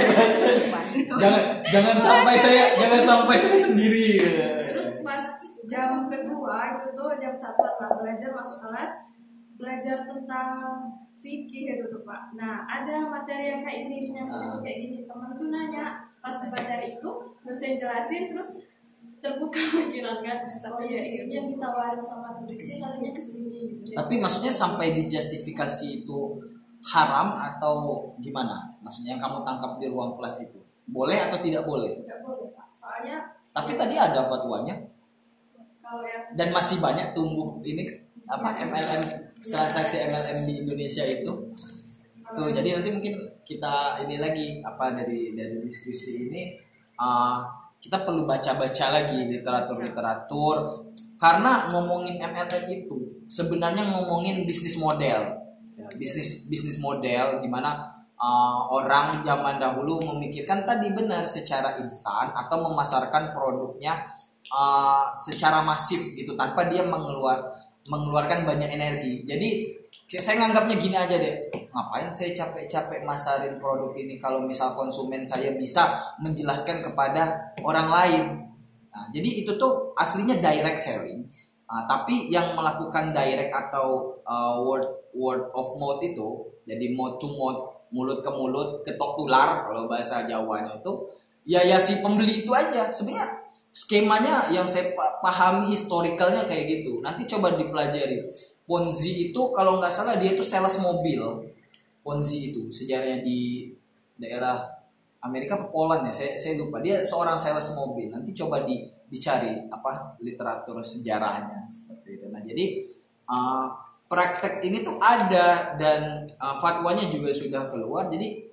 jangan jangan sampai saya jangan sampai saya sendiri. terus pas jam kedua itu tuh jam satu lah belajar masuk kelas belajar tentang fikih gitu tuh Pak nah ada materi yang kayak gini yang Ah. kayak gini teman tuh nanya pas materi itu dosen jelasin terus terbuka pikiran kan oh ya ini yang ditawarin sama Tudiksi larinya ke sini gitu. Tapi maksudnya sampai dijustifikasi itu haram atau gimana? Maksudnya yang kamu tangkap di ruang kelas itu boleh atau tidak boleh? tidak boleh Pak soalnya Tapi tadi ada fatwanya kalau yang dan masih banyak tumbuh ini apa M L M transaksi M L M di Indonesia itu. Tuh, jadi nanti mungkin kita ini lagi apa dari dari diskusi ini uh, kita perlu baca-baca lagi literatur-literatur karena ngomongin M L M itu sebenarnya ngomongin bisnis model. Bisnis bisnis model di mana uh, orang zaman dahulu memikirkan tadi benar secara instan atau memasarkan produknya uh, secara masif gitu tanpa dia mengeluar mengeluarkan banyak energi. Jadi saya nganggapnya gini aja deh, ngapain saya capek-capek masarin produk ini kalau misal konsumen saya bisa menjelaskan kepada orang lain. Nah, jadi itu tuh aslinya direct selling. Nah, tapi yang melakukan direct atau uh, word word of mouth itu, jadi mouth to mouth, mulut ke mulut, ketok tular kalau bahasa Jawanya itu, ya ya si pembeli itu aja. Sebenarnya skemanya yang saya pahami historicalnya kayak gitu. Nanti coba dipelajari. Ponzi itu kalau nggak salah dia itu sales mobil. Ponzi itu sejarahnya di daerah Amerika atau Poland ya, saya saya lupa. Dia seorang sales mobil. Nanti coba di dicari apa literatur sejarahnya seperti itu. Nah, jadi uh, praktek ini tuh ada dan uh, fatwanya juga sudah keluar. Jadi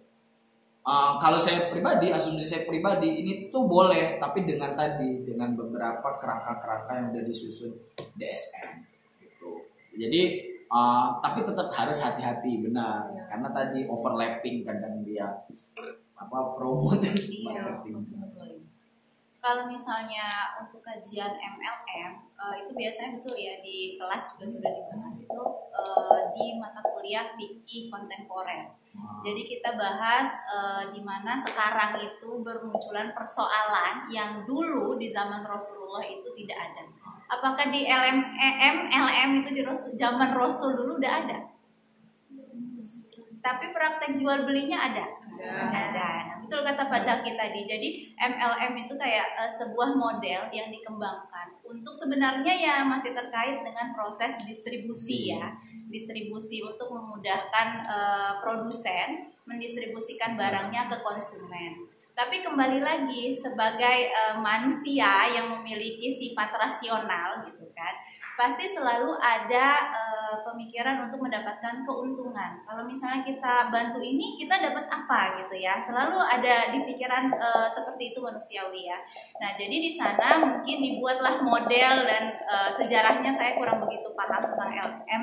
uh, kalau saya pribadi, asumsi saya pribadi ini tuh boleh, tapi dengan tadi dengan beberapa kerangka-kerangka yang udah disusun D S M. Jadi uh, tapi tetap harus hati-hati benar ya. Karena tadi overlapping kadang dia apa promote marketing. Kalau misalnya untuk kajian M L M uh, itu biasanya betul ya di kelas juga sudah dibahas itu uh, di mata kuliah fikih kontemporer. Hmm. Jadi kita bahas uh, di mana sekarang itu bermunculan persoalan yang dulu di zaman Rasulullah itu tidak ada. Apakah di L M M L M itu di Rasul, zaman Rasul dulu udah ada? tapi praktek jual belinya ada. Ada. Ada. Nah, betul kata Pak Zaki tadi. Jadi M L M itu kayak uh, sebuah model yang dikembangkan untuk sebenarnya ya masih terkait dengan proses distribusi ya, distribusi untuk memudahkan uh, produsen mendistribusikan barangnya ke konsumen. Tapi kembali lagi sebagai uh, manusia yang memiliki sifat rasional gitu kan, pasti selalu ada uh, pemikiran untuk mendapatkan keuntungan. Kalau misalnya kita bantu ini, kita dapat apa gitu ya? Selalu ada di pikiran uh, seperti itu manusiawi ya. Nah, jadi di sana mungkin dibuatlah model dan uh, sejarahnya saya kurang begitu paham tentang M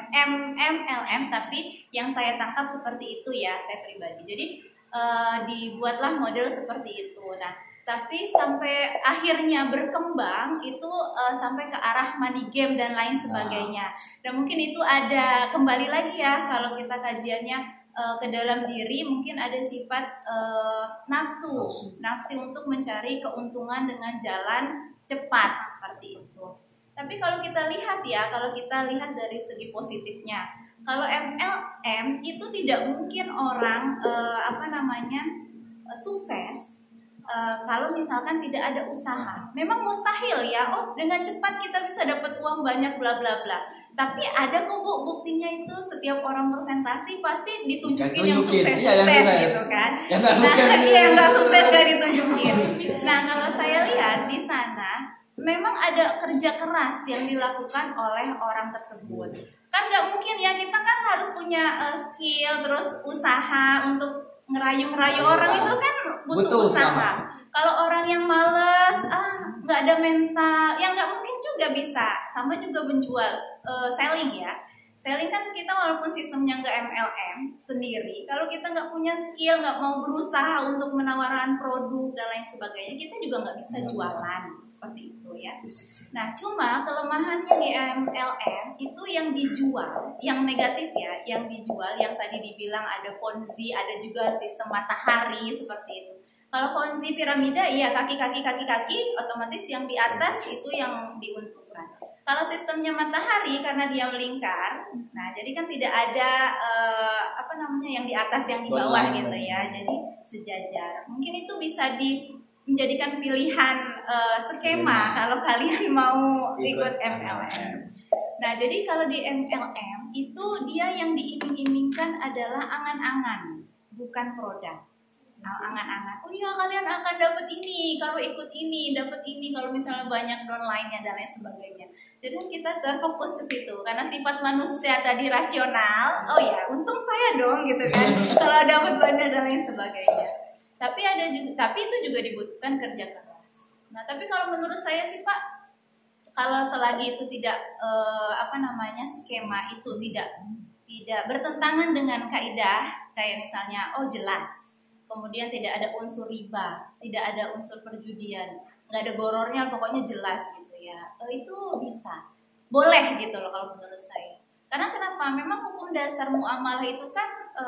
L M, tapi yang saya tangkap seperti itu ya, saya pribadi. Jadi uh, dibuatlah model seperti itu. Nah, tapi sampai akhirnya berkembang itu uh, sampai ke arah money game dan lain sebagainya. Dan mungkin itu ada kembali lagi ya kalau kita kajiannya uh, ke dalam diri, mungkin ada sifat uh, nafsu, nafsu untuk mencari keuntungan dengan jalan cepat seperti itu. Tapi kalau kita lihat ya, kalau kita lihat dari segi positifnya, kalau M L M itu tidak mungkin orang uh, apa namanya uh, sukses Uh, kalau misalkan tidak ada usaha. Memang mustahil ya, oh dengan cepat kita bisa dapat uang banyak bla bla bla. Tapi ada kok Bu buktinya, itu setiap orang presentasi pasti ditunjukin yang sukses-sukses iya, sukses, gitu kan. Yang nggak sukses, nah, iya, yang nggak sukses gak ditunjukin. Nah kalau saya lihat di sana memang ada kerja keras yang dilakukan oleh orang tersebut. Kan nggak mungkin ya, kita kan harus punya uh, skill terus usaha untuk ngerayu-ngerayu orang itu kan butuh, butuh usaha. Kalau orang yang males, ah nggak ada mental, ya nggak mungkin juga bisa. Sama juga menjual, uh, selling ya. Selling kan kita walaupun sistemnya nggak M L M sendiri, kalau kita nggak punya skill, nggak mau berusaha untuk menawarkan produk dan lain sebagainya, kita juga nggak bisa jualan seperti itu ya. Nah, cuma kelemahannya di M L M itu yang dijual, yang negatif ya, yang dijual, yang tadi dibilang ada Ponzi, ada juga sistem matahari seperti itu. Kalau Ponzi piramida, iya kaki-kaki kaki-kaki, otomatis yang di atas itu yang diuntungkan. Kalau sistemnya matahari karena dia melingkar, nah jadi kan tidak ada uh, apa namanya yang di atas yang di bawah gitu ya, jadi sejajar. Mungkin itu bisa di menjadikan pilihan uh, skema kalau kalian mau ikut M L M. Nah jadi kalau di M L M itu dia yang diiming-imingkan adalah angan-angan, bukan produk. Angan-angan, oh iya kalian akan dapat ini kalau ikut ini, dapat ini kalau misalnya banyak downline-nya dan lain sebagainya. Jadi kita terfokus ke situ karena sifat manusia tadi rasional. Oh ya, untung saya dong gitu kan. Kalau dapat banyak dan lain sebagainya. Tapi ada juga, tapi itu juga dibutuhkan kerja keras. Nah, tapi kalau menurut saya sih Pak, kalau selagi itu tidak eh, apa namanya skema itu tidak tidak bertentangan dengan kaidah, kayak misalnya oh jelas. Kemudian tidak ada unsur riba, tidak ada unsur perjudian, nggak ada gorornya, pokoknya jelas gitu ya. E, itu bisa, boleh gitu loh kalau menurut saya. Karena kenapa? Memang hukum dasar muamalah itu kan e,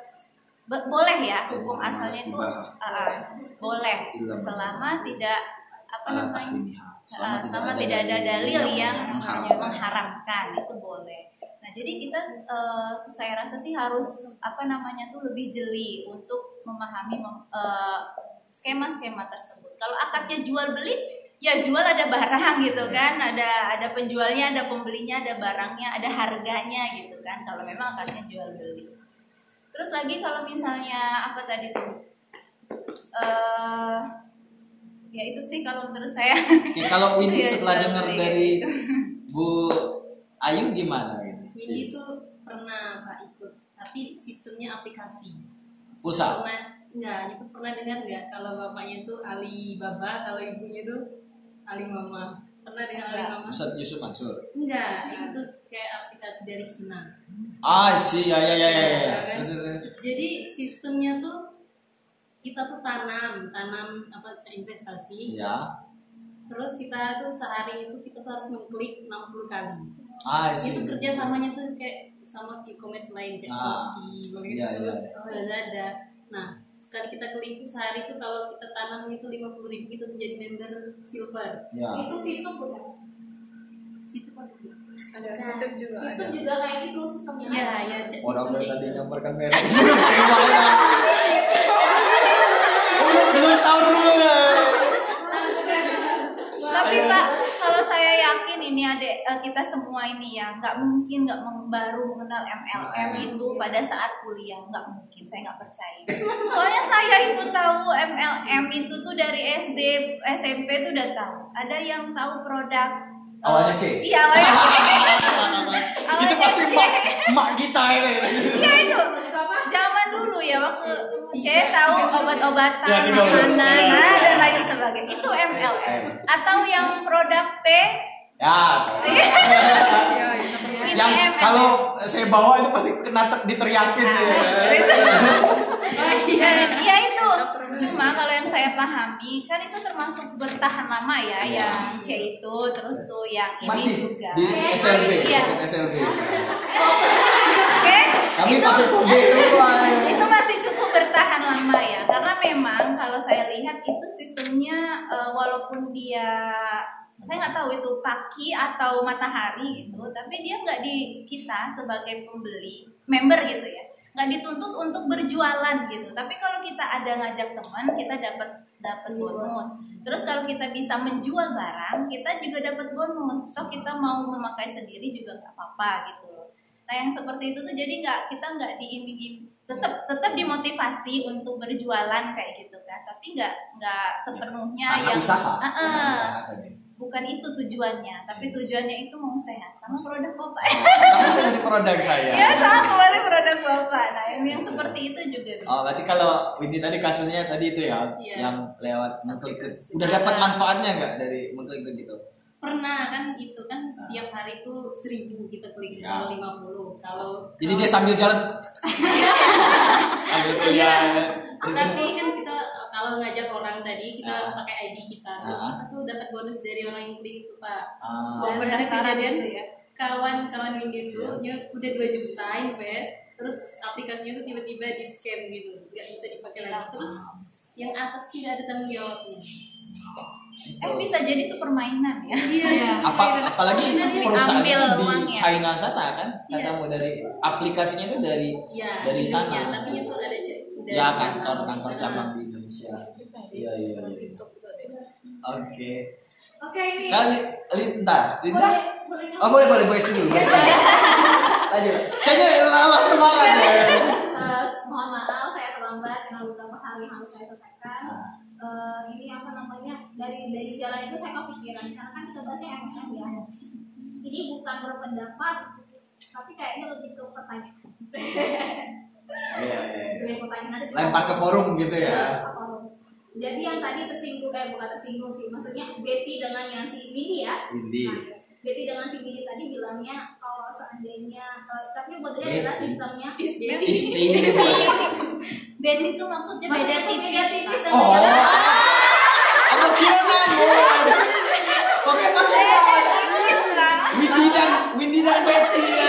be- boleh ya, hukum asalnya itu uh, boleh selama tidak apa namanya, selama, selama tidak ada dalil yang mengharamkan, itu boleh. Nah, jadi kita uh, saya rasa sih harus apa namanya tuh lebih jeli untuk memahami mem, uh, skema-skema tersebut. Kalau akadnya jual beli, ya jual ada barang gitu kan, ada ada penjualnya, ada pembelinya, ada barangnya, ada harganya gitu kan. Kalau memang akadnya jual beli. Terus lagi kalau misalnya apa tadi tuh, uh, ya itu sih kalau menurut saya. Oke, kalau Windy setelah dengar dari Bu Ayu gimana? Windy itu pernah Pak ikut, tapi sistemnya aplikasi. Pulsa? Pernah, enggak, itu pernah dengar nggak kalau bapaknya itu Alibaba, kalau ibunya itu Alimama. Pernah dengar Alimama? Ustaz Yusuf Mansur? Enggak, itu kayak aplikasi dari Cina. Ah, sih, ya ya ya ya. ya. Jadi sistemnya tuh kita tuh tanam, tanam apa investasi. Ya. Terus kita tuh sehari itu kita tuh harus mengklik enam puluh kali. Ah, itu kerja samanya tuh kayak sama e-commerce lain kayak ah, Shopee, begitu, ya, ya, ya. Lazada. Nah, sekali kita klik itu sehari itu kalau kita tanam itu lima puluh ribu kita tuh jadi member silver. Ya. Itu fitur bukan? Fitur kan? Ada YouTube juga ada. YouTube juga kayak gitu sistemnya. Iya, iya, cek Orang sistem yang cek tadi itu. nyamperkan merek. Belum tahu dulu ya. Tapi Pak, kalau saya yakin ini adik eh, kita semua ini ya nggak mungkin nggak meng- baru mengenal M L M itu pada saat kuliah, nggak mungkin, saya nggak percaya. Soalnya saya itu tahu M L M itu tuh dari S D, S M P tuh udah tahu. Ada yang tahu produk eh, Awalnya C. Iya awalnya C. Itu Awalnya pasti C. mak, mak kita ini. Iya itu. Zaman dulu ya waktu saya tahu obat-obatan, Ya, tiga belas. makanan, nah, dan lain sebagainya. Itu M L M. Atau yang produk T Ya. Iya, iya. ini Yang M L M. kalau saya bawa itu pasti kena ter- diteriakin Nah, ya. Dan ya itu cuma kalau yang saya pahami kan itu termasuk bertahan lama ya, yang C itu terus tuh yang ini Masih juga. di S L B, Iya. S L B. Oke. Kami Itu- pakai kode dulu. itu masih cukup bertahan lama ya, karena memang kalau saya lihat itu sistemnya eh, walaupun dia saya nggak tahu itu kaki atau matahari gitu, tapi dia nggak di kita sebagai pembeli member gitu ya, nggak dituntut untuk berjualan gitu. Tapi kalau kita ada ngajak teman, kita dapat dapat bonus. Terus kalau kita bisa menjual barang, kita juga dapat bonus. Atau kita mau memakai sendiri juga nggak apa-apa gitu loh. Nah yang seperti itu tuh jadi nggak, kita nggak diiming-iming, tetap tetap dimotivasi untuk berjualan kayak gitu kan, tapi nggak nggak sepenuhnya Karena yang usaha. Ah, ah. Karena usaha tadi. bukan itu tujuannya, tapi tujuannya itu mau sehat sama produk bapak. Kamu dari produk saya. Ya sama kembali produk bapak. Nah ini yang seperti itu juga bisa. Oh, berarti kalau Windy tadi kasusnya tadi itu ya, Iya. yang lewat mengklik. Udah dapat manfaatnya nggak dari mengklik gitu? Pernah kan itu kan setiap hari tuh seribu kita klik, Ya. kalau lima puluh kalau Jadi dia sambil jalan ambil kuliah. tapi kan kita eh, kalau ngajak orang tadi kita Ah. pakai I D kita tuh, Ah. kita tuh dapat bonus dari orang yang klik itu Pak. Ah, Dan ada pendaftaran kejadian gitu ya. kawan-kawan ini Iya. tuh ny- udah dua juta invest, terus aplikasinya tuh tiba-tiba di scam gitu, nggak bisa dipakai lagi, terus yang atas tidak ada tanggung jawabnya. Eh bisa jadi itu permainan ya. Iya. apa apalagi perusahaan Ambil itu di uangnya. China sana kan? Iya. Katamu dari aplikasinya itu dari Iya, dari Indonesia, sana. tapi itu ada c- dari Ya sana. kantor kantor Nah, cabang di Indonesia. Iya iya iya. Oke. Oke ini. Kali Linta, Linta. Boleh, boleh Oh boleh boleh boleh dulu. Lanjut. Caca langsung semangat ya. Eh, mohon maaf saya terlambat karena beberapa hal yang harus saya selesaikan. Eh, ini apa namanya, dari dari jalan itu saya kepikiran karena kan kita bahasnya M L M ya. Ini bukan berpendapat, tapi kayaknya lebih ke pertanyaan. Iya iya. Lebih ke pertanyaan nanti kita- Lempar ke forum gitu Iya, ya. ke forum. Jadi yang tadi tersinggung, eh bukan tersinggung sih, maksudnya Betty dengan yang si Windy ya. Windy. Nah, Betty dengan si Windy tadi bilangnya kalau seandainya, eh, tapi modelnya Betty. adalah sistemnya. Istri. Ben itu maksudnya beda Maksudnya tuh beda tipis. tipis Pak. dengan Oh. jalan. Apa kira kan? Oke pakai Beda tipis lah. Windy dan Windy dan Betty ya.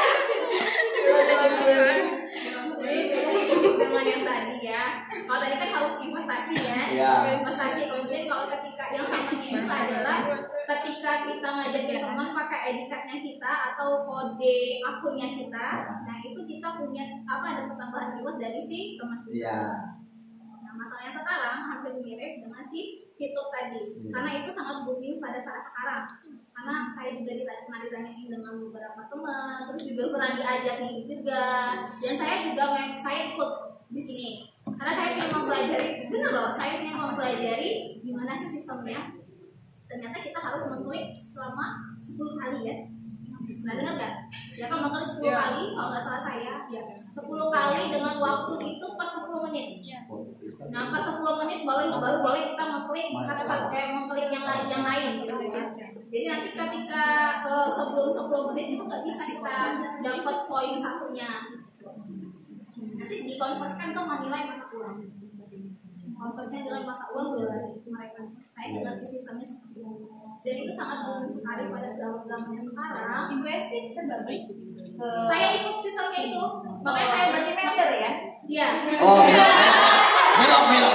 Jadi beda tipis dengan yang tadi ya. Kalau tadi kan harus investasi ya. Iya. Investasi, kemudian kalau ketika yang samanya itu adalah ketika kita ngajakin teman pakai I D card-nya kita atau kode akunnya kita, nah itu kita punya apa, ada pertambahan reward dari si teman kita. Iya. Nah masalahnya sekarang hampir mirip dengan si Hitung tadi, Iya. karena itu sangat booming pada saat sekarang. Karena saya juga ditanya, pernah ditanyain dengan beberapa teman, terus juga pernah diajakin juga, dan saya juga mem saya ikut di sini karena saya ingin mempelajari, bener loh, saya ingin mempelajari gimana sih sistemnya. Ternyata kita harus mengklik selama sepuluh kali ya. Pernah dengar nggak? Ya kan mengklik sepuluh Ya. kali, kalau nggak salah saya, ya sepuluh kali dengan waktu itu per sepuluh menit. Nah, per sepuluh menit baru baru boleh kita mengklik satu kayak mengklik yang lain yang lain gitu ya. Jadi nanti ketika uh, sebelum sepuluh menit itu nggak bisa kita dapat poin satunya. Nanti dikonversikan ke nilai mata uang. Konversinya nilai mata uang dari mereka. Saya dengar di sistemnya seperti itu. Jadi itu sangat booming sekali pada zamannya sekarang. Ibu Esti kan nggak mau ikut ke Saya ikut sistemnya itu, makanya saya berarti member ya. Iya. Oh, belok belok.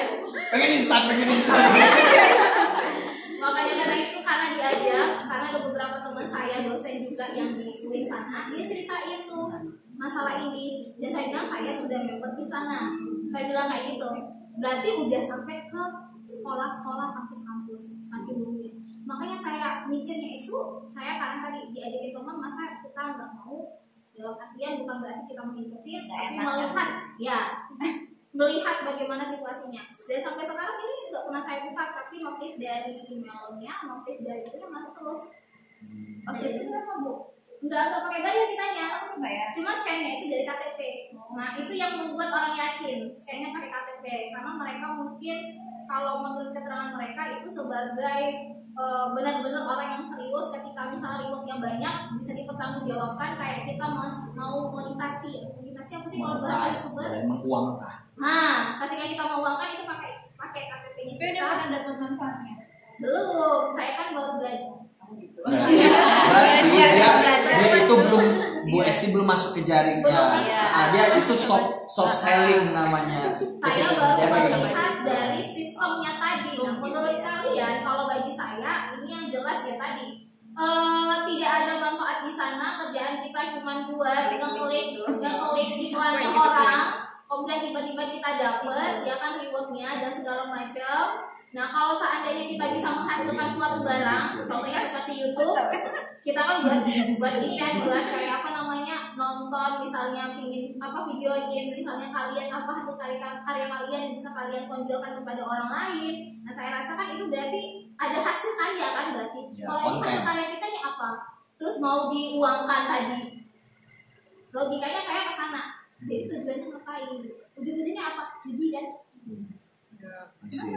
Pengen instan, pengen instan. Makanya karena itu, karena diajak, karena ada teman saya dosen juga yang di U I N sana, dia ceritain tuh masalah ini, dan saya bilang saya sudah member di sana, saya bilang kayak gitu, berarti udah sampai ke sekolah-sekolah, kampus-kampus, saking dulunya. Makanya saya mikirnya itu, saya karena tadi diajakin teman, masa kita nggak mau, dalam artian bukan berarti kita mengikuti, tapi melihat, ya melihat bagaimana situasinya. Dan sampai sekarang ini nggak pernah saya buka, tapi motif dari emailnya, motif dari itu masuk terus. Oke, itu kenapa Bu? Nggak nggak pakai bayar ditanya, cuma scan-nya itu dari K T P. Nah itu yang membuat orang yakin, scan-nya pakai K T P, karena mereka mungkin kalau menurut keterangan mereka itu sebagai e, benar-benar orang yang serius, ketika misalnya rewardnya banyak bisa dipertanggungjawabkan, kayak kita mau mau monetasi, monetasi apa sih kalau bahasa YouTuber? Menguangkan. Nah, ketika kita mau uangkan itu pakai pakai K T P-nya. Tapi udah pernah dapat manfaatnya? Belum, saya kan baru belajar. Berarti dia, dia itu belum, Bu Esti belum masuk ke jaringnya. Nah, dia itu soft soft selling namanya. Saya baru melihat dari sistemnya tadi. Nah, menurut kalian kalau bagi saya ini yang jelas ya tadi. Uh, tidak ada manfaat di sana, kerjaan kita cuma buat ngeklik ngeklik iklan orang, kemudian tiba-tiba kita dapet ya kan rewardnya dan segala macam. Nah kalau seandainya kita bisa menghasilkan suatu barang, contohnya seperti YouTube, kita kan buat buat ini kan buat kayak apa namanya nonton misalnya pingin apa videoin misalnya kalian apa hasil karya karya kalian yang bisa kalian tonjolkan kepada orang lain. Nah saya rasa kan itu berarti ada hasil karya kan berarti. Ya, kalau ini hasil karya kita ini apa? Terus mau diuangkan tadi? Logikanya saya ke sana. Jadi tujuannya ngapain? Ujung-ujungnya apa? Judi kan? Ya,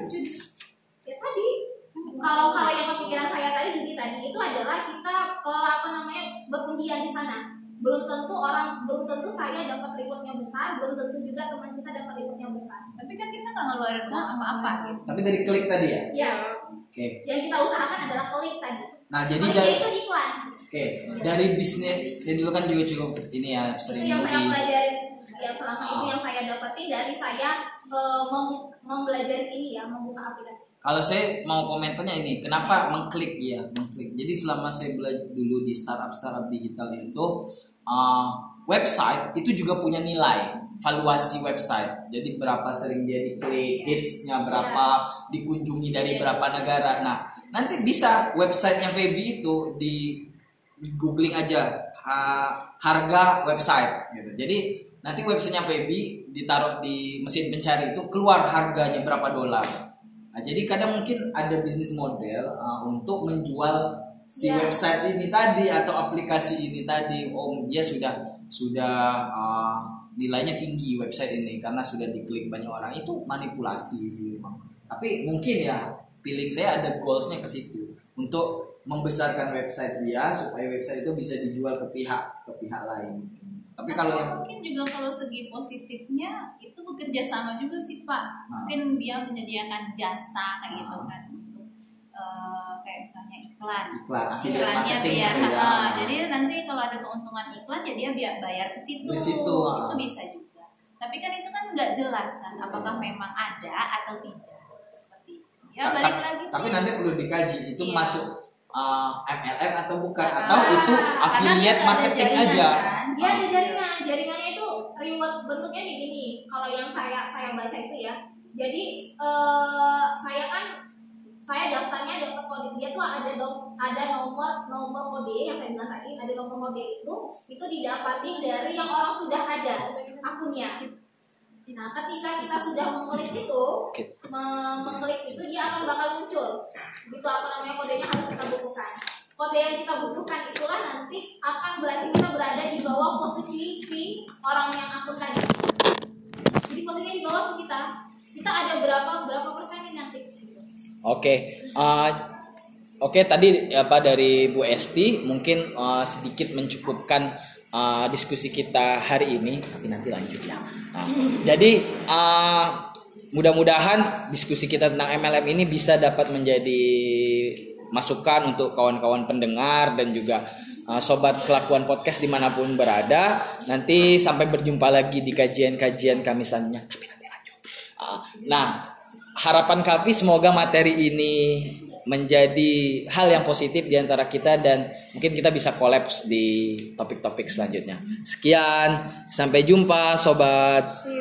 ya tadi kalau kalau yang kepikiran saya tadi judi tadi itu adalah kita uh, apa namanya berundian di sana. Belum tentu orang belum tentu saya dapat rewardnya besar, belum tentu juga teman kita dapat rewardnya besar. Tapi kan kita nggak ngeluarin uang apa-apa gitu. Tapi dari klik tadi ya? Ya. Oke. Okay. Yang kita usahakan adalah klik tadi. Nah jadi klik dari itu iklan. Oke. Okay. Ya. Dari bisnis saya dulu kan juga cukup ini ya sering. Itu yang saya pelajarin yang selama oh. ini yang saya dapetin dari saya uh, mem mempelajari ini ya membuka aplikasi. Kalau saya mau komentarnya ini, kenapa mengklik ya, mengklik. Jadi selama saya belajar dulu di startup-startup digital itu, uh, website itu juga punya nilai, valuasi website. Jadi berapa sering dia diklik, hits-nya berapa, dikunjungi dari berapa negara. Nah, nanti bisa websitenya Feby itu di googling aja ha, harga website. Gitu. Jadi nanti websitenya Feby ditaruh di mesin pencari itu keluar harganya berapa dolar. Nah, jadi kadang mungkin ada bisnis model uh, untuk menjual si ya. website ini tadi atau aplikasi ini tadi. Oh, dia sudah sudah uh, nilainya tinggi website ini karena sudah diklik banyak orang. Itu manipulasi sih memang. Tapi mungkin ya feeling saya ada goalsnya ke situ untuk membesarkan website dia supaya website itu bisa dijual ke pihak ke pihak lain. Tapi nah, kalau yang mungkin juga kalau segi positifnya itu bekerja sama juga sih Pak. Nah. Mungkin dia menyediakan jasa kayak nah. gitu kan untuk uh, kayak misalnya iklan. Iklan, iklannya biar ya. uh, jadi nanti kalau ada keuntungan iklan ya dia biar bayar ke situ. Di situ uh. Itu bisa juga. Tapi kan itu kan nggak jelas kan apakah memang ada atau tidak seperti itu. Ya balik lagi sih. Tapi nanti perlu dikaji itu iya. masuk Uh, M L M atau bukan ah, atau itu affiliate marketing aja. Kan? Dia ada jaringan, jaringannya itu reward bentuknya nih gini. Kalau yang saya saya baca itu ya. Jadi uh, saya kan saya daftarnya dapat kode dia tuh ada dong ada nomor nomor kode yang saya bilang tadi ada nomor kode itu itu didapati dari yang orang sudah ada akunnya. Nah, ketika kita sudah mengklik itu, mengklik itu dia akan bakal muncul. Gitu apa namanya kodenya harus kita butuhkan. Kode yang kita butuhkan itulah nanti akan berarti kita berada di bawah posisi si orang yang akun tadi. Jadi posisinya di bawah tuh kita. Kita ada berapa berapa persen ini nanti. Oke, okay. uh, oke okay, tadi apa dari Bu Esti mungkin uh, sedikit mencukupkan. Uh, diskusi kita hari ini, tapi nanti lanjut ya. Nah, jadi uh, mudah-mudahan diskusi kita tentang M L M ini bisa dapat menjadi masukan untuk kawan-kawan pendengar dan juga uh, sobat kelakuan podcast dimanapun berada. Nanti sampai berjumpa lagi di kajian-kajian kami selanjutnya. Tapi nanti lanjut. Uh, nah, harapan kami semoga materi ini menjadi hal yang positif di antara kita dan mungkin kita bisa kolaps di topik-topik selanjutnya. Sekian, sampai jumpa sobat.